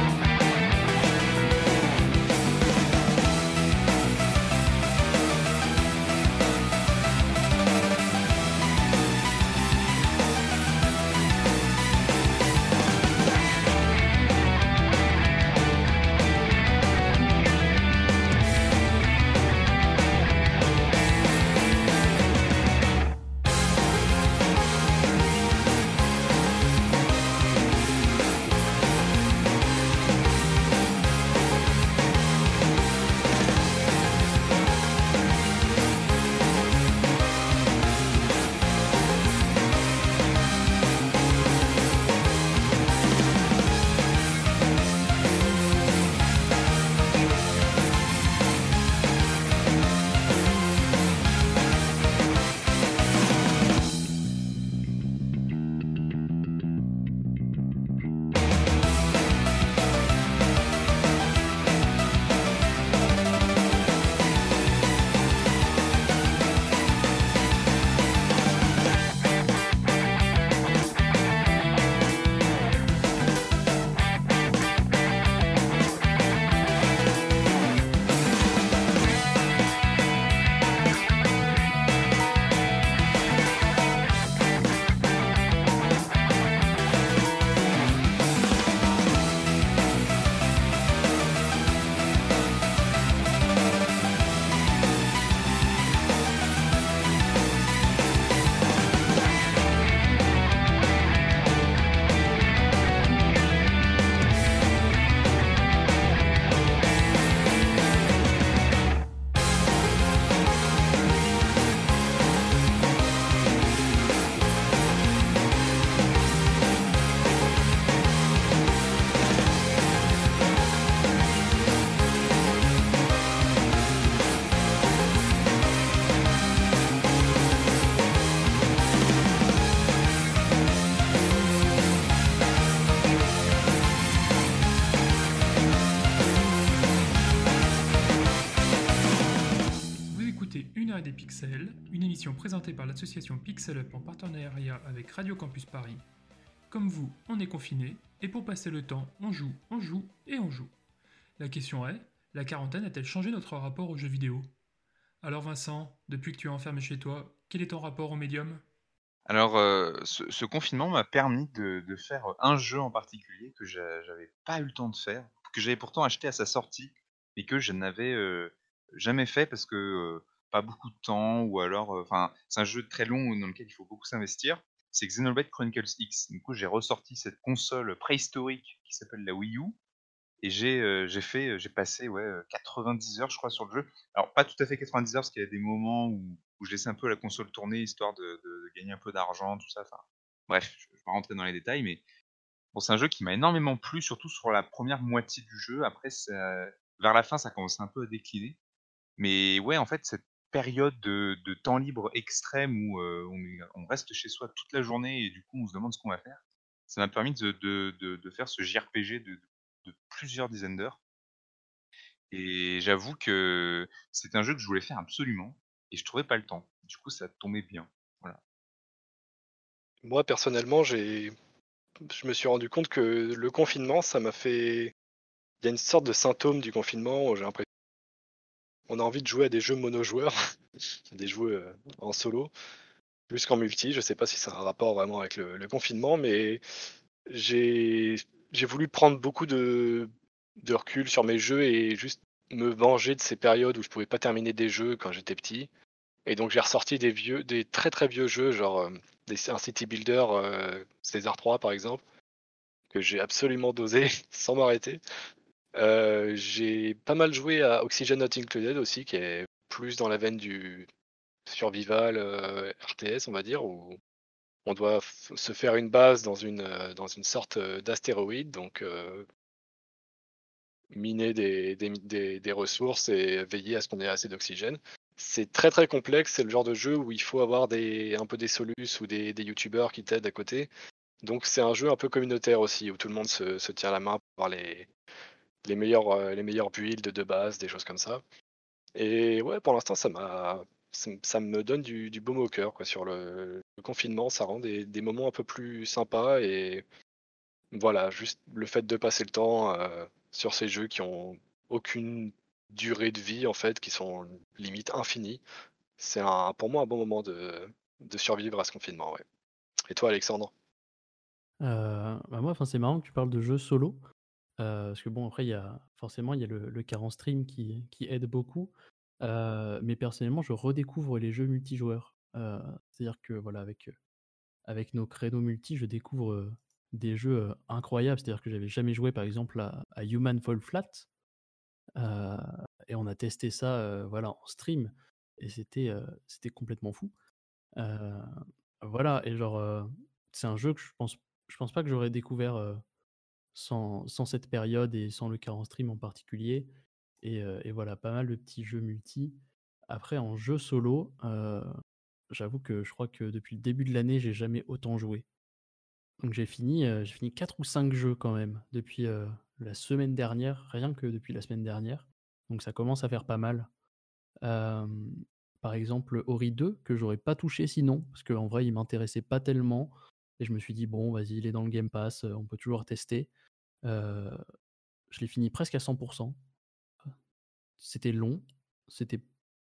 Une heure et des pixels, une émission présentée par l'association Pixel Up en partenariat avec Radio Campus Paris. Comme vous, on est confinés, et pour passer le temps, on joue, on joue et on joue. La question est, la quarantaine a-t-elle changé notre rapport aux jeux vidéo ? Alors Vincent, depuis que tu es enfermé chez toi, quel est ton rapport au médium ? Alors, euh, ce, ce confinement m'a permis de, de faire un jeu en particulier que j'a- j'avais pas eu le temps de faire, que j'avais pourtant acheté à sa sortie, mais que je n'avais euh, jamais fait parce que euh, pas beaucoup de temps, ou alors, euh, enfin, c'est un jeu très long dans lequel il faut beaucoup s'investir. C'est Xenoblade Chronicles X. Du coup, j'ai ressorti cette console préhistorique qui s'appelle la Wii U, et j'ai euh, j'ai fait, euh, j'ai passé ouais euh, quatre-vingt-dix heures, je crois, sur le jeu. Alors pas tout à fait quatre-vingt-dix heures, parce qu'il y a des moments où, où je laissais un peu la console tourner histoire de, de- de gagner un peu d'argent, tout ça. Enfin, bref, je, je vais pas rentrer dans les détails, mais bon, c'est un jeu qui m'a énormément plu, surtout sur la première moitié du jeu. Après, ça- vers la fin, ça commençait un peu à décliner. Mais ouais, en fait, cette période de, de temps libre extrême où euh, on, est- on reste chez soi toute la journée et du coup on se demande ce qu'on va faire, ça m'a permis de, de, de, de faire ce J R P G de, de plusieurs dizaines d'heures. Et j'avoue que c'est un jeu que je voulais faire absolument et je trouvais pas le temps. Du coup, ça tombait bien. Voilà. Moi, personnellement, j'ai, je me suis rendu compte que le confinement, ça m'a fait. Il y a une sorte de symptôme du confinement où j'ai l'impression qu'on a envie de jouer à des jeux monojoueurs, des jeux euh, en solo, plus qu'en multi. Je sais pas si ça a un rapport vraiment avec le, le confinement, mais j'ai j'ai voulu prendre beaucoup de, de recul sur mes jeux et juste me venger de ces périodes où je pouvais pas terminer des jeux quand j'étais petit. Et donc j'ai ressorti des vieux, des très très vieux jeux, genre euh, des, un city builder, euh, César trois par exemple, que j'ai absolument dosé sans m'arrêter. Euh, j'ai pas mal joué à Oxygen Not Included aussi, qui est plus dans la veine du survival euh, R T S, on va dire, où on doit f- se faire une base dans une, euh, dans une sorte euh, d'astéroïde, donc euh, miner des, des, des- des ressources et veiller à ce qu'on ait assez d'oxygène. C'est très très complexe, c'est le genre de jeu où il faut avoir des, un peu des solus ou des, des youtubeurs qui t'aident à côté. Donc c'est un jeu un peu communautaire aussi, où tout le monde se, se tient la main pour avoir les, les meilleurs, euh, les meilleurs builds de base, des choses comme ça. Et ouais, pour l'instant, ça m'a, ça, me ça me donne du, du baume au cœur, quoi, sur le, le confinement. Ça rend des, des moments un peu plus sympas et voilà, juste le fait de passer le temps euh, sur ces jeux qui ont aucune durée de vie en fait, qui sont limite infinies. C'est un, pour moi un bon moment de, de survivre à ce confinement. Ouais. Et toi, Alexandre? Euh, bah moi, enfin, c'est marrant que tu parles de jeux solo. Euh, parce que bon, après, il y a forcément il y a le, le carré stream qui, qui aide beaucoup. Euh, mais personnellement, je redécouvre les jeux multijoueurs. Euh, c'est-à-dire que voilà, avec, avec nos créneaux multi, je découvre euh, des jeux euh, incroyables. C'est-à-dire que j'avais jamais joué, par exemple, à, à Human Fall Flat. Euh, et on a testé ça euh, voilà, en stream. Et c'était euh, c'était complètement fou. Euh, voilà, et genre, euh, c'est un jeu que je pense, je pense pas que j'aurais découvert euh, sans, sans cette période et sans le carré stream en particulier. Et, euh, et voilà, pas mal de petits jeux multi. Après, en jeu solo, euh, j'avoue que je crois que depuis le début de l'année, j'ai jamais autant joué. Donc j'ai fini, euh, j'ai fini quatre ou cinq jeux quand même depuis euh, la semaine dernière, rien que depuis la semaine dernière. Donc ça commence à faire pas mal. Euh, Par exemple, Ori deux, que j'aurais pas touché sinon, parce qu'en vrai, il m'intéressait pas tellement. Et je me suis dit, bon, vas-y, il est dans le Game Pass, euh, on peut toujours tester. Euh, je l'ai fini presque à cent pour cent. C'était long, c'était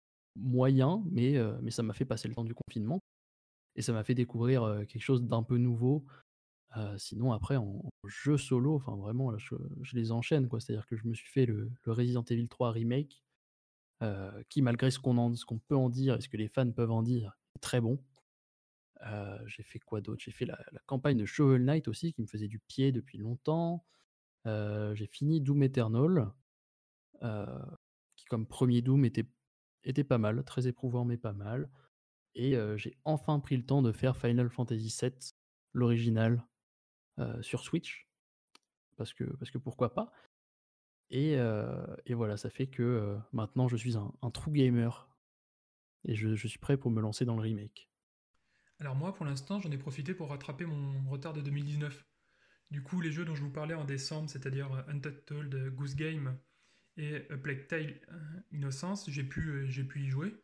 moyen, mais, euh, mais ça m'a fait passer le temps du confinement. Et ça m'a fait découvrir euh, quelque chose d'un peu nouveau. Euh, sinon, après, en, en jeu solo, enfin vraiment, là, je, je les enchaîne, quoi. C'est-à-dire que je me suis fait le, le Resident Evil trois Remake, euh, qui, malgré ce qu'on en- ce qu'on peut en dire et ce que les fans peuvent en dire, est très bon. Euh, j'ai fait quoi d'autre? J'ai fait la, la campagne de Shovel Knight aussi, qui me faisait du pied depuis longtemps. Euh, j'ai fini Doom Eternal, euh, qui comme premier Doom était, était pas mal, très éprouvant mais pas mal. Et euh, j'ai enfin pris le temps de faire Final Fantasy sept, l'original, euh, sur Switch, parce que, parce que pourquoi pas. Et, euh, et voilà, ça fait que euh, maintenant je suis un, un true gamer, et je, je suis prêt pour me lancer dans le remake. Alors moi, pour l'instant, j'en ai profité pour rattraper mon retard de deux mille dix-neuf. Du coup, les jeux dont je vous parlais en décembre, c'est-à-dire euh, Untitled Goose Game et A Plague Tale euh, Innocence, j'ai pu, euh, j'ai pu y jouer.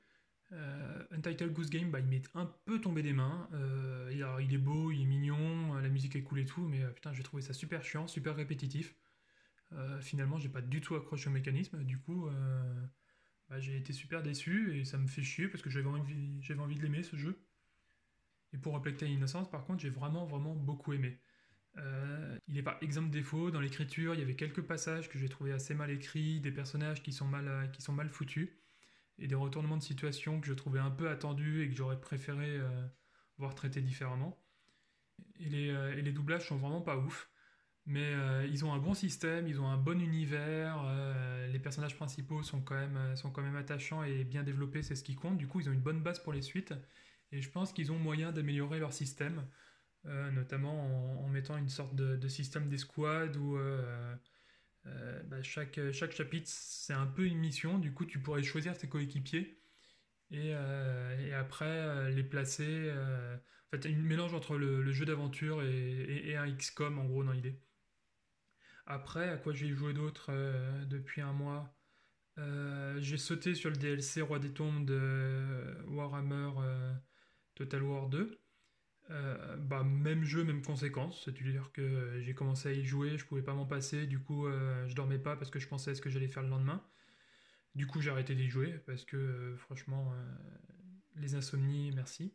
Euh, Untitled Goose Game, bah, il m'est un peu tombé des mains. Euh, il, alors, il est beau, il est mignon, la musique est cool et tout, mais euh, putain, j'ai trouvé ça super chiant, super répétitif. Euh, finalement, j'ai pas du tout accroché au mécanisme, du coup, euh, bah, j'ai été super déçu et ça me fait chier parce que j'avais envie, j'avais envie de l'aimer ce jeu. Et pour Reflected Innocence, par contre, j'ai vraiment, vraiment beaucoup aimé. Euh, il est pas exempt de défauts dans l'écriture, il y avait quelques passages que j'ai trouvé assez mal écrits, des personnages qui sont mal, qui sont mal foutus, et des retournements de situation que je trouvais un peu attendus et que j'aurais préféré euh, voir traités différemment. Et les, euh, et les doublages sont vraiment pas ouf, mais euh, ils ont un bon système, ils ont un bon univers, euh, les personnages principaux sont quand, même, sont quand même attachants et bien développés, c'est ce qui compte, du coup ils ont une bonne base pour les suites, et je pense qu'ils ont moyen d'améliorer leur système. Euh, notamment en, en mettant une sorte de, de système d'escouade où euh, euh, bah, chaque, chaque chapitre c'est un peu une mission, du coup tu pourrais choisir tes coéquipiers et, euh, et après euh, les placer. Euh, en fait, un mélange entre le, le jeu d'aventure et, et, et un X COM en gros dans l'idée. Après, à quoi j'ai joué d'autre euh, depuis un mois euh, j'ai sauté sur le D L C Roi des Tombes de Warhammer euh, Total War deux. Euh, bah, même jeu, même conséquence, c'est-à-dire que j'ai commencé à y jouer, je pouvais pas m'en passer, du coup euh, je dormais pas parce que je pensais à ce que j'allais faire le lendemain. Du coup j'ai arrêté d'y jouer parce que euh, franchement euh, les insomnies, merci.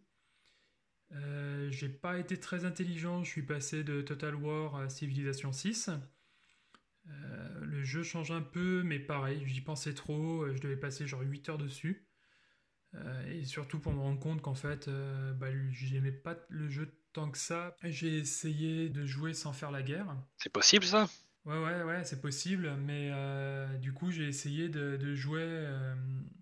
Euh, j'ai pas été très intelligent, je suis passé de Total War à Civilization six. Euh, le jeu change un peu, mais pareil, j'y pensais trop, je devais passer genre huit heures dessus. Euh, et surtout pour me rendre compte qu'en fait, euh, bah, j'aimais pas le jeu tant que ça. J'ai essayé de jouer sans faire la guerre. C'est possible ça ? Ouais, ouais, ouais, c'est possible, mais euh, du coup, j'ai essayé de, de jouer euh,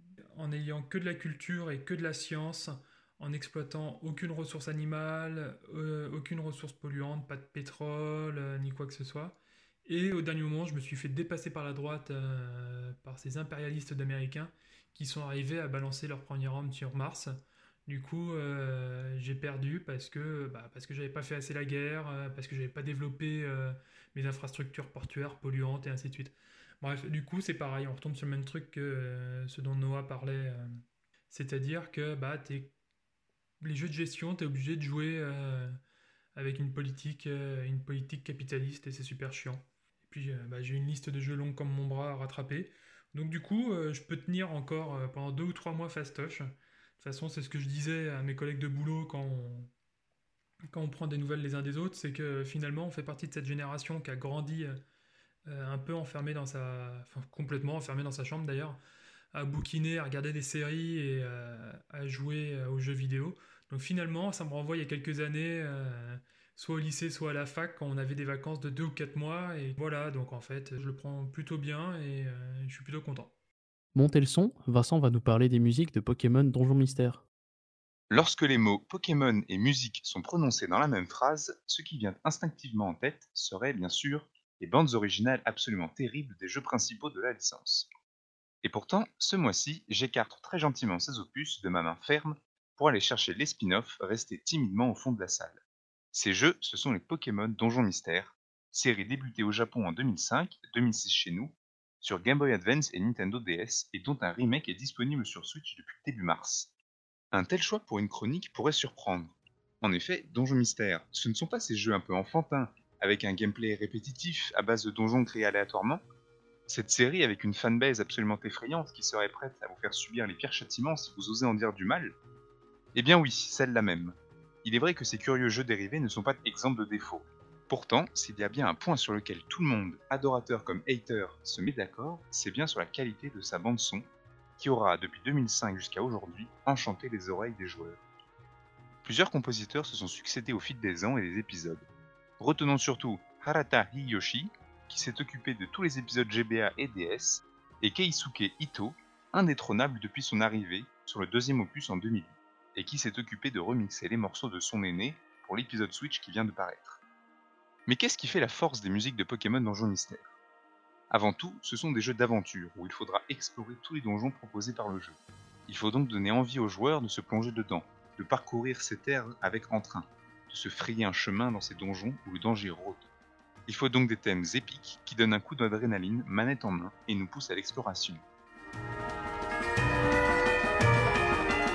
en ayant que de la culture et que de la science, en exploitant aucune ressource animale, euh, aucune ressource polluante, pas de pétrole, euh, ni quoi que ce soit. Et au dernier moment, je me suis fait dépasser par la droite euh, par ces impérialistes d'Américains qui sont arrivés à balancer leur premier homme sur Mars. Du coup, euh, j'ai perdu parce que, bah, parce que j'avais pas fait assez la guerre, euh, parce que j'avais pas développé euh, mes infrastructures portuaires polluantes et ainsi de suite. Bref, du coup, c'est pareil, on retombe sur le même truc que euh, ce dont Noah parlait. Euh, c'est-à-dire que bah, t'es... les jeux de gestion, tu es obligé de jouer euh, avec une politique, euh, une politique capitaliste et c'est super chiant. Et puis, euh, bah, j'ai une liste de jeux longs comme mon bras à rattraper. Donc du coup, euh, je peux tenir encore euh, pendant deux ou trois mois fastoche. De toute façon, c'est ce que je disais à mes collègues de boulot quand on, quand on prend des nouvelles les uns des autres, c'est que finalement, on fait partie de cette génération qui a grandi euh, un peu enfermée dans sa... Enfin, complètement enfermée dans sa chambre d'ailleurs, à bouquiner, à regarder des séries et euh, à jouer euh, aux jeux vidéo. Donc finalement, ça me renvoie il y a quelques années... Euh, soit au lycée, soit à la fac, quand on avait des vacances de deux ou quatre mois. Et voilà, donc en fait, je le prends plutôt bien et euh, je suis plutôt content. Montez le son, Vincent va nous parler des musiques de Pokémon Donjon Mystère. Lorsque les mots Pokémon et musique sont prononcés dans la même phrase, ce qui vient instinctivement en tête serait bien sûr les bandes originales absolument terribles des jeux principaux de la licence. Et pourtant, ce mois-ci, j'écarte très gentiment ces opus de ma main ferme pour aller chercher les spin-offs restés timidement au fond de la salle. Ces jeux, ce sont les Pokémon Donjon Mystère, série débutée au Japon en deux mille cinq, deux mille six chez nous, sur Game Boy Advance et Nintendo D S, et dont un remake est disponible sur Switch depuis début mars. Un tel choix pour une chronique pourrait surprendre. En effet, Donjon Mystère, ce ne sont pas ces jeux un peu enfantins, avec un gameplay répétitif à base de donjons créés aléatoirement. Cette série avec une fanbase absolument effrayante qui serait prête à vous faire subir les pires châtiments si vous osez en dire du mal. Eh bien oui, celle-là même. Il est vrai que ces curieux jeux dérivés ne sont pas exempts de défauts. Pourtant, s'il y a bien un point sur lequel tout le monde, adorateur comme hater, se met d'accord, c'est bien sur la qualité de sa bande-son, qui aura, depuis deux mille cinq jusqu'à aujourd'hui, enchanté les oreilles des joueurs. Plusieurs compositeurs se sont succédés au fil des ans et des épisodes. Retenons surtout Harata Hiyoshi, qui s'est occupé de tous les épisodes G B A et D S, et Keisuke Ito, indétrônable depuis son arrivée sur le deuxième opus en deux mille huit. Et qui s'est occupé de remixer les morceaux de son aîné pour l'épisode Switch qui vient de paraître. Mais qu'est-ce qui fait la force des musiques de Pokémon Donjon Mystère ? Avant tout, ce sont des jeux d'aventure où il faudra explorer tous les donjons proposés par le jeu. Il faut donc donner envie aux joueurs de se plonger dedans, de parcourir ces terres avec entrain, de se frayer un chemin dans ces donjons où le danger rôde. Il faut donc des thèmes épiques qui donnent un coup d'adrénaline manette en main et nous poussent à l'exploration.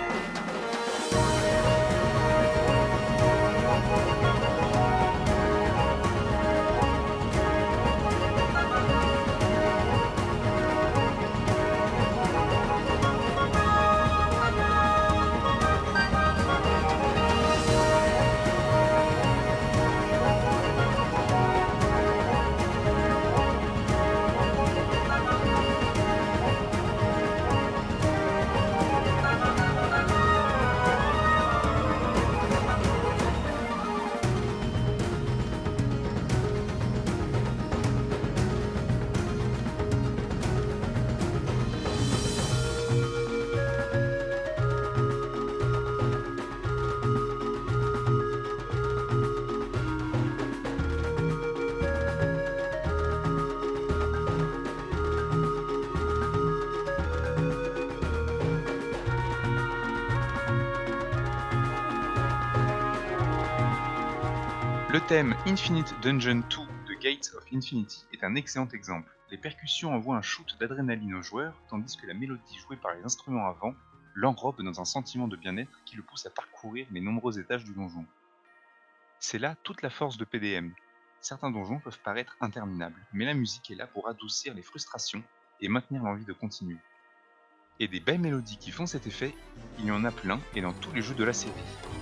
Le thème Infinite Dungeon deux de Gates of Infinity est un excellent exemple. Les percussions envoient un shoot d'adrénaline aux joueurs, tandis que la mélodie jouée par les instruments avant l'enrobe dans un sentiment de bien-être qui le pousse à parcourir les nombreux étages du donjon. C'est là toute la force de P D M. Certains donjons peuvent paraître interminables, mais la musique est là pour adoucir les frustrations et maintenir l'envie de continuer. Et des belles mélodies qui font cet effet, il y en a plein et dans tous les jeux de la série.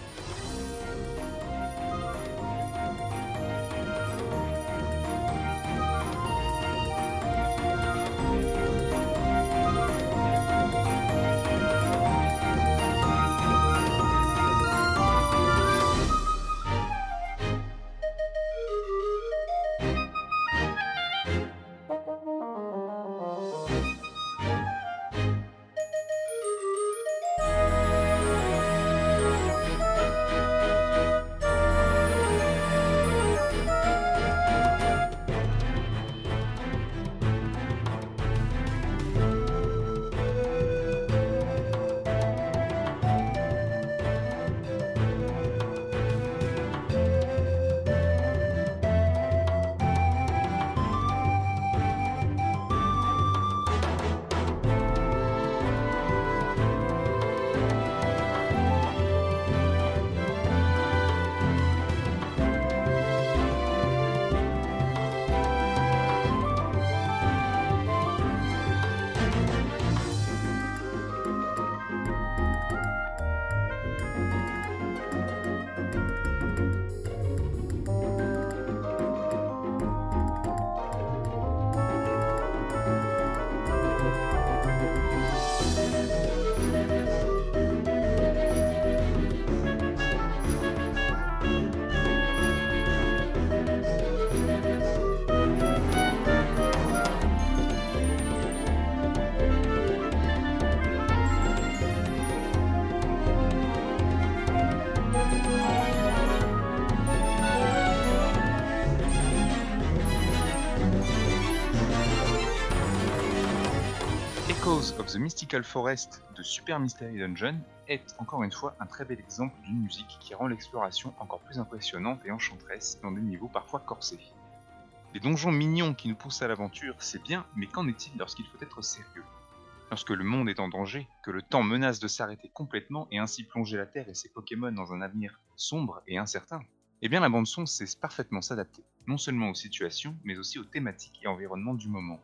Echoes of the Mystical Forest de Super Mystery Dungeon est encore une fois un très bel exemple d'une musique qui rend l'exploration encore plus impressionnante et enchanteresse dans des niveaux parfois corsés. Les donjons mignons qui nous poussent à l'aventure, c'est bien, mais qu'en est-il lorsqu'il faut être sérieux? Lorsque le monde est en danger, que le temps menace de s'arrêter complètement et ainsi plonger la Terre et ses Pokémon dans un avenir sombre et incertain, eh bien la bande-son sait parfaitement s'adapter, non seulement aux situations, mais aussi aux thématiques et environnements du moment.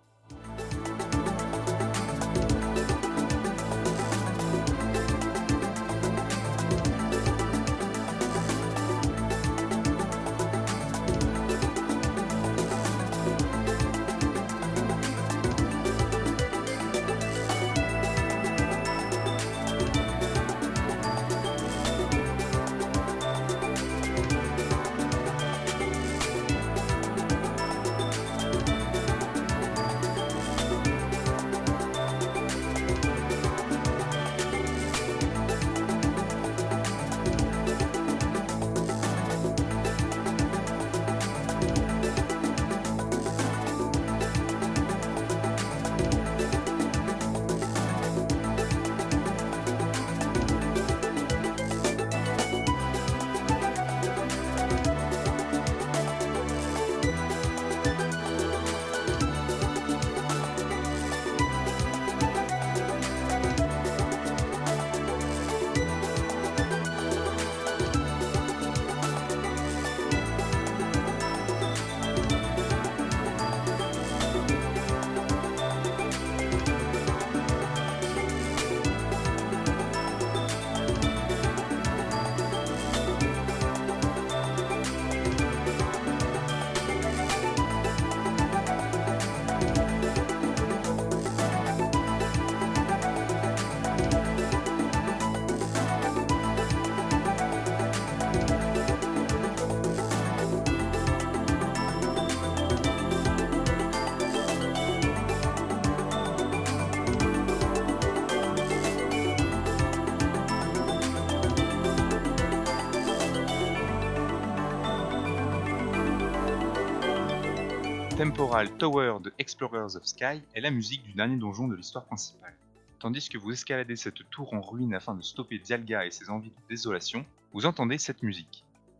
Temporal Tower de Explorers of Sky est la musique du dernier donjon de l'histoire principale. Tandis que vous escaladez cette tour en ruine afin de stopper Dialga et ses envies de désolation, vous entendez cette musique.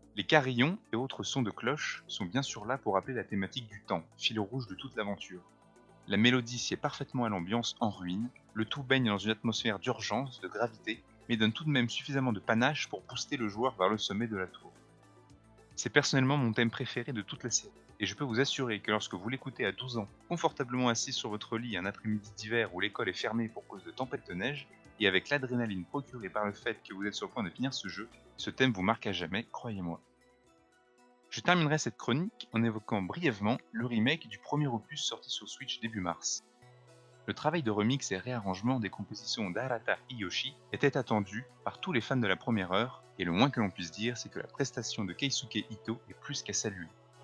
Les carillons et autres sons de cloche sont bien sûr là pour rappeler la thématique du temps, fil rouge de toute l'aventure. La mélodie sied parfaitement à l'ambiance en ruine, le tout baigne dans une atmosphère d'urgence, de gravité, mais donne tout de même suffisamment de panache pour booster le joueur vers le sommet de la tour. C'est personnellement mon thème préféré de toute la série, et je peux vous assurer que lorsque vous l'écoutez à douze ans, confortablement assis sur votre lit un après-midi d'hiver où l'école est fermée pour cause de tempête de neige, et avec l'adrénaline procurée par le fait que vous êtes sur le point de finir ce jeu, ce thème vous marque à jamais, croyez-moi. Je terminerai cette chronique en évoquant brièvement le remake du premier opus sorti sur Switch début mars. Le travail de remix et réarrangement des compositions d'Arata Hiyoshi était attendu par tous les fans de la première heure, et le moins que l'on puisse dire, c'est que la prestation de Keisuke Ito est plus qu'à saluer.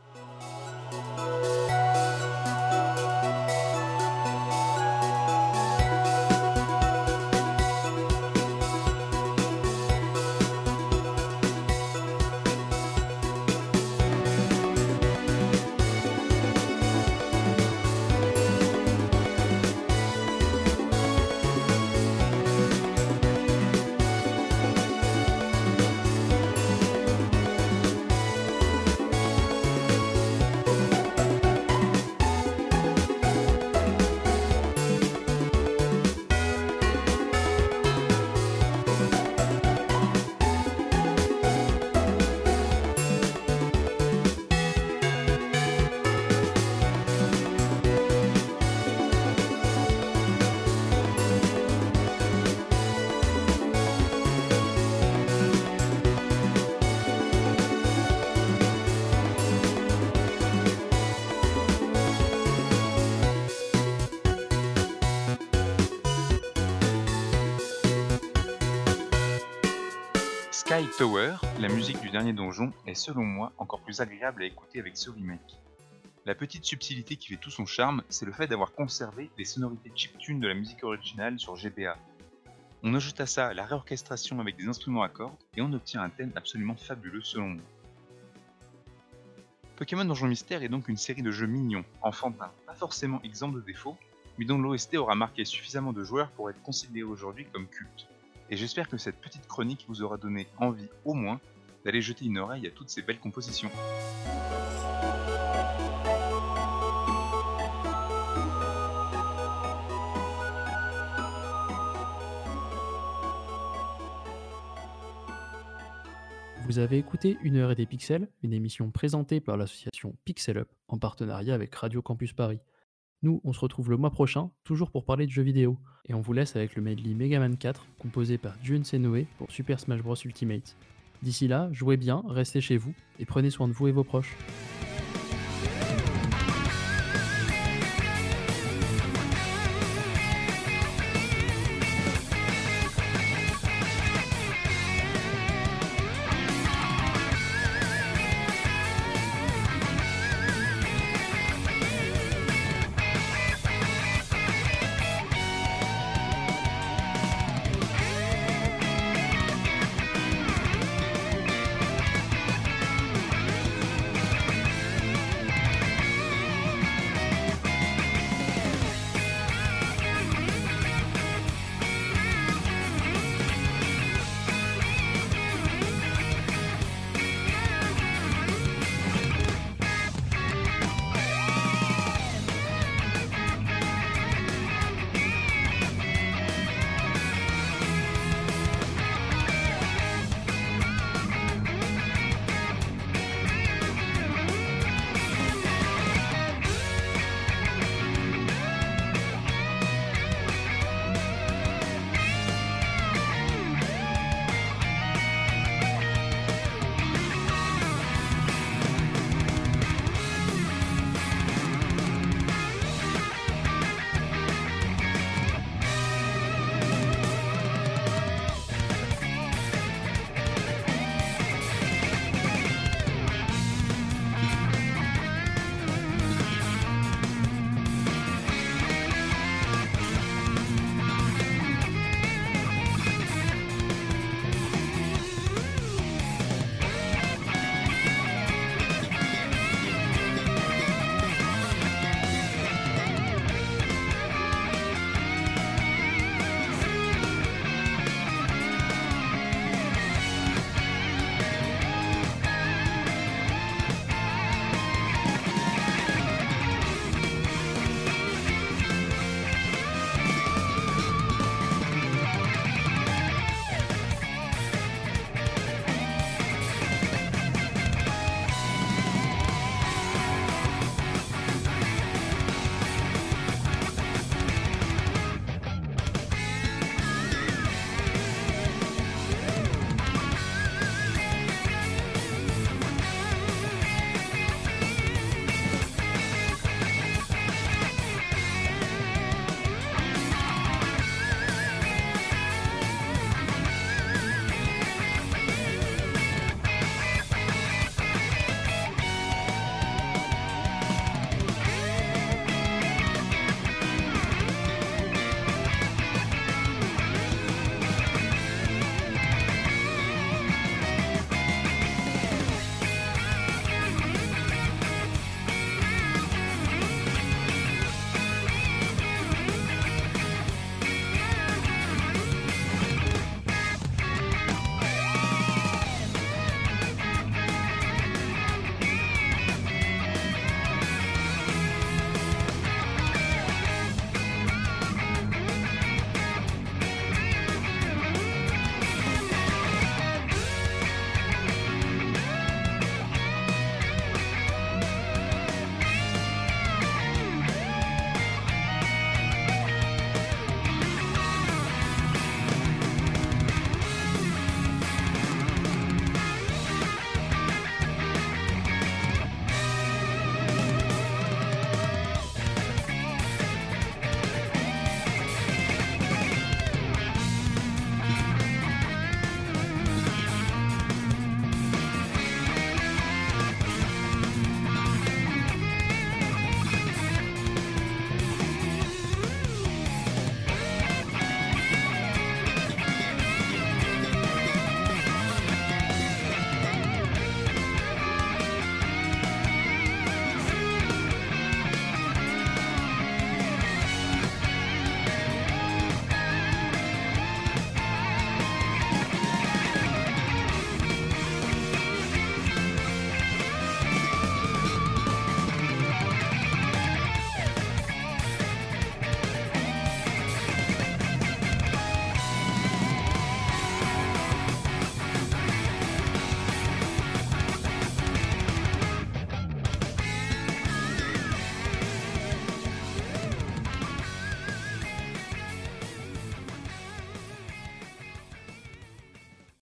Sky Tower, la musique du dernier donjon, est selon moi encore plus agréable à écouter avec ce remake. La petite subtilité qui fait tout son charme, c'est le fait d'avoir conservé les sonorités chiptune de la musique originale sur G B A. On ajoute à ça la réorchestration avec des instruments à cordes, et on obtient un thème absolument fabuleux selon moi. Pokémon Donjon Mystère est donc une série de jeux mignons, enfantins, pas forcément exempts de défauts, mais dont l'O S T aura marqué suffisamment de joueurs pour être considéré aujourd'hui comme culte. Et j'espère que cette petite chronique vous aura donné envie, au moins, d'aller jeter une oreille à toutes ces belles compositions. Vous avez écouté Une heure et des pixels, une émission présentée par l'association Pixel Up en partenariat avec Radio Campus Paris. Nous, on se retrouve le mois prochain, toujours pour parler de jeux vidéo, et on vous laisse avec le medley Mega Man quatre, composé par Jun Senoue pour Super Smash Bros Ultimate. D'ici là, jouez bien, restez chez vous, et prenez soin de vous et vos proches.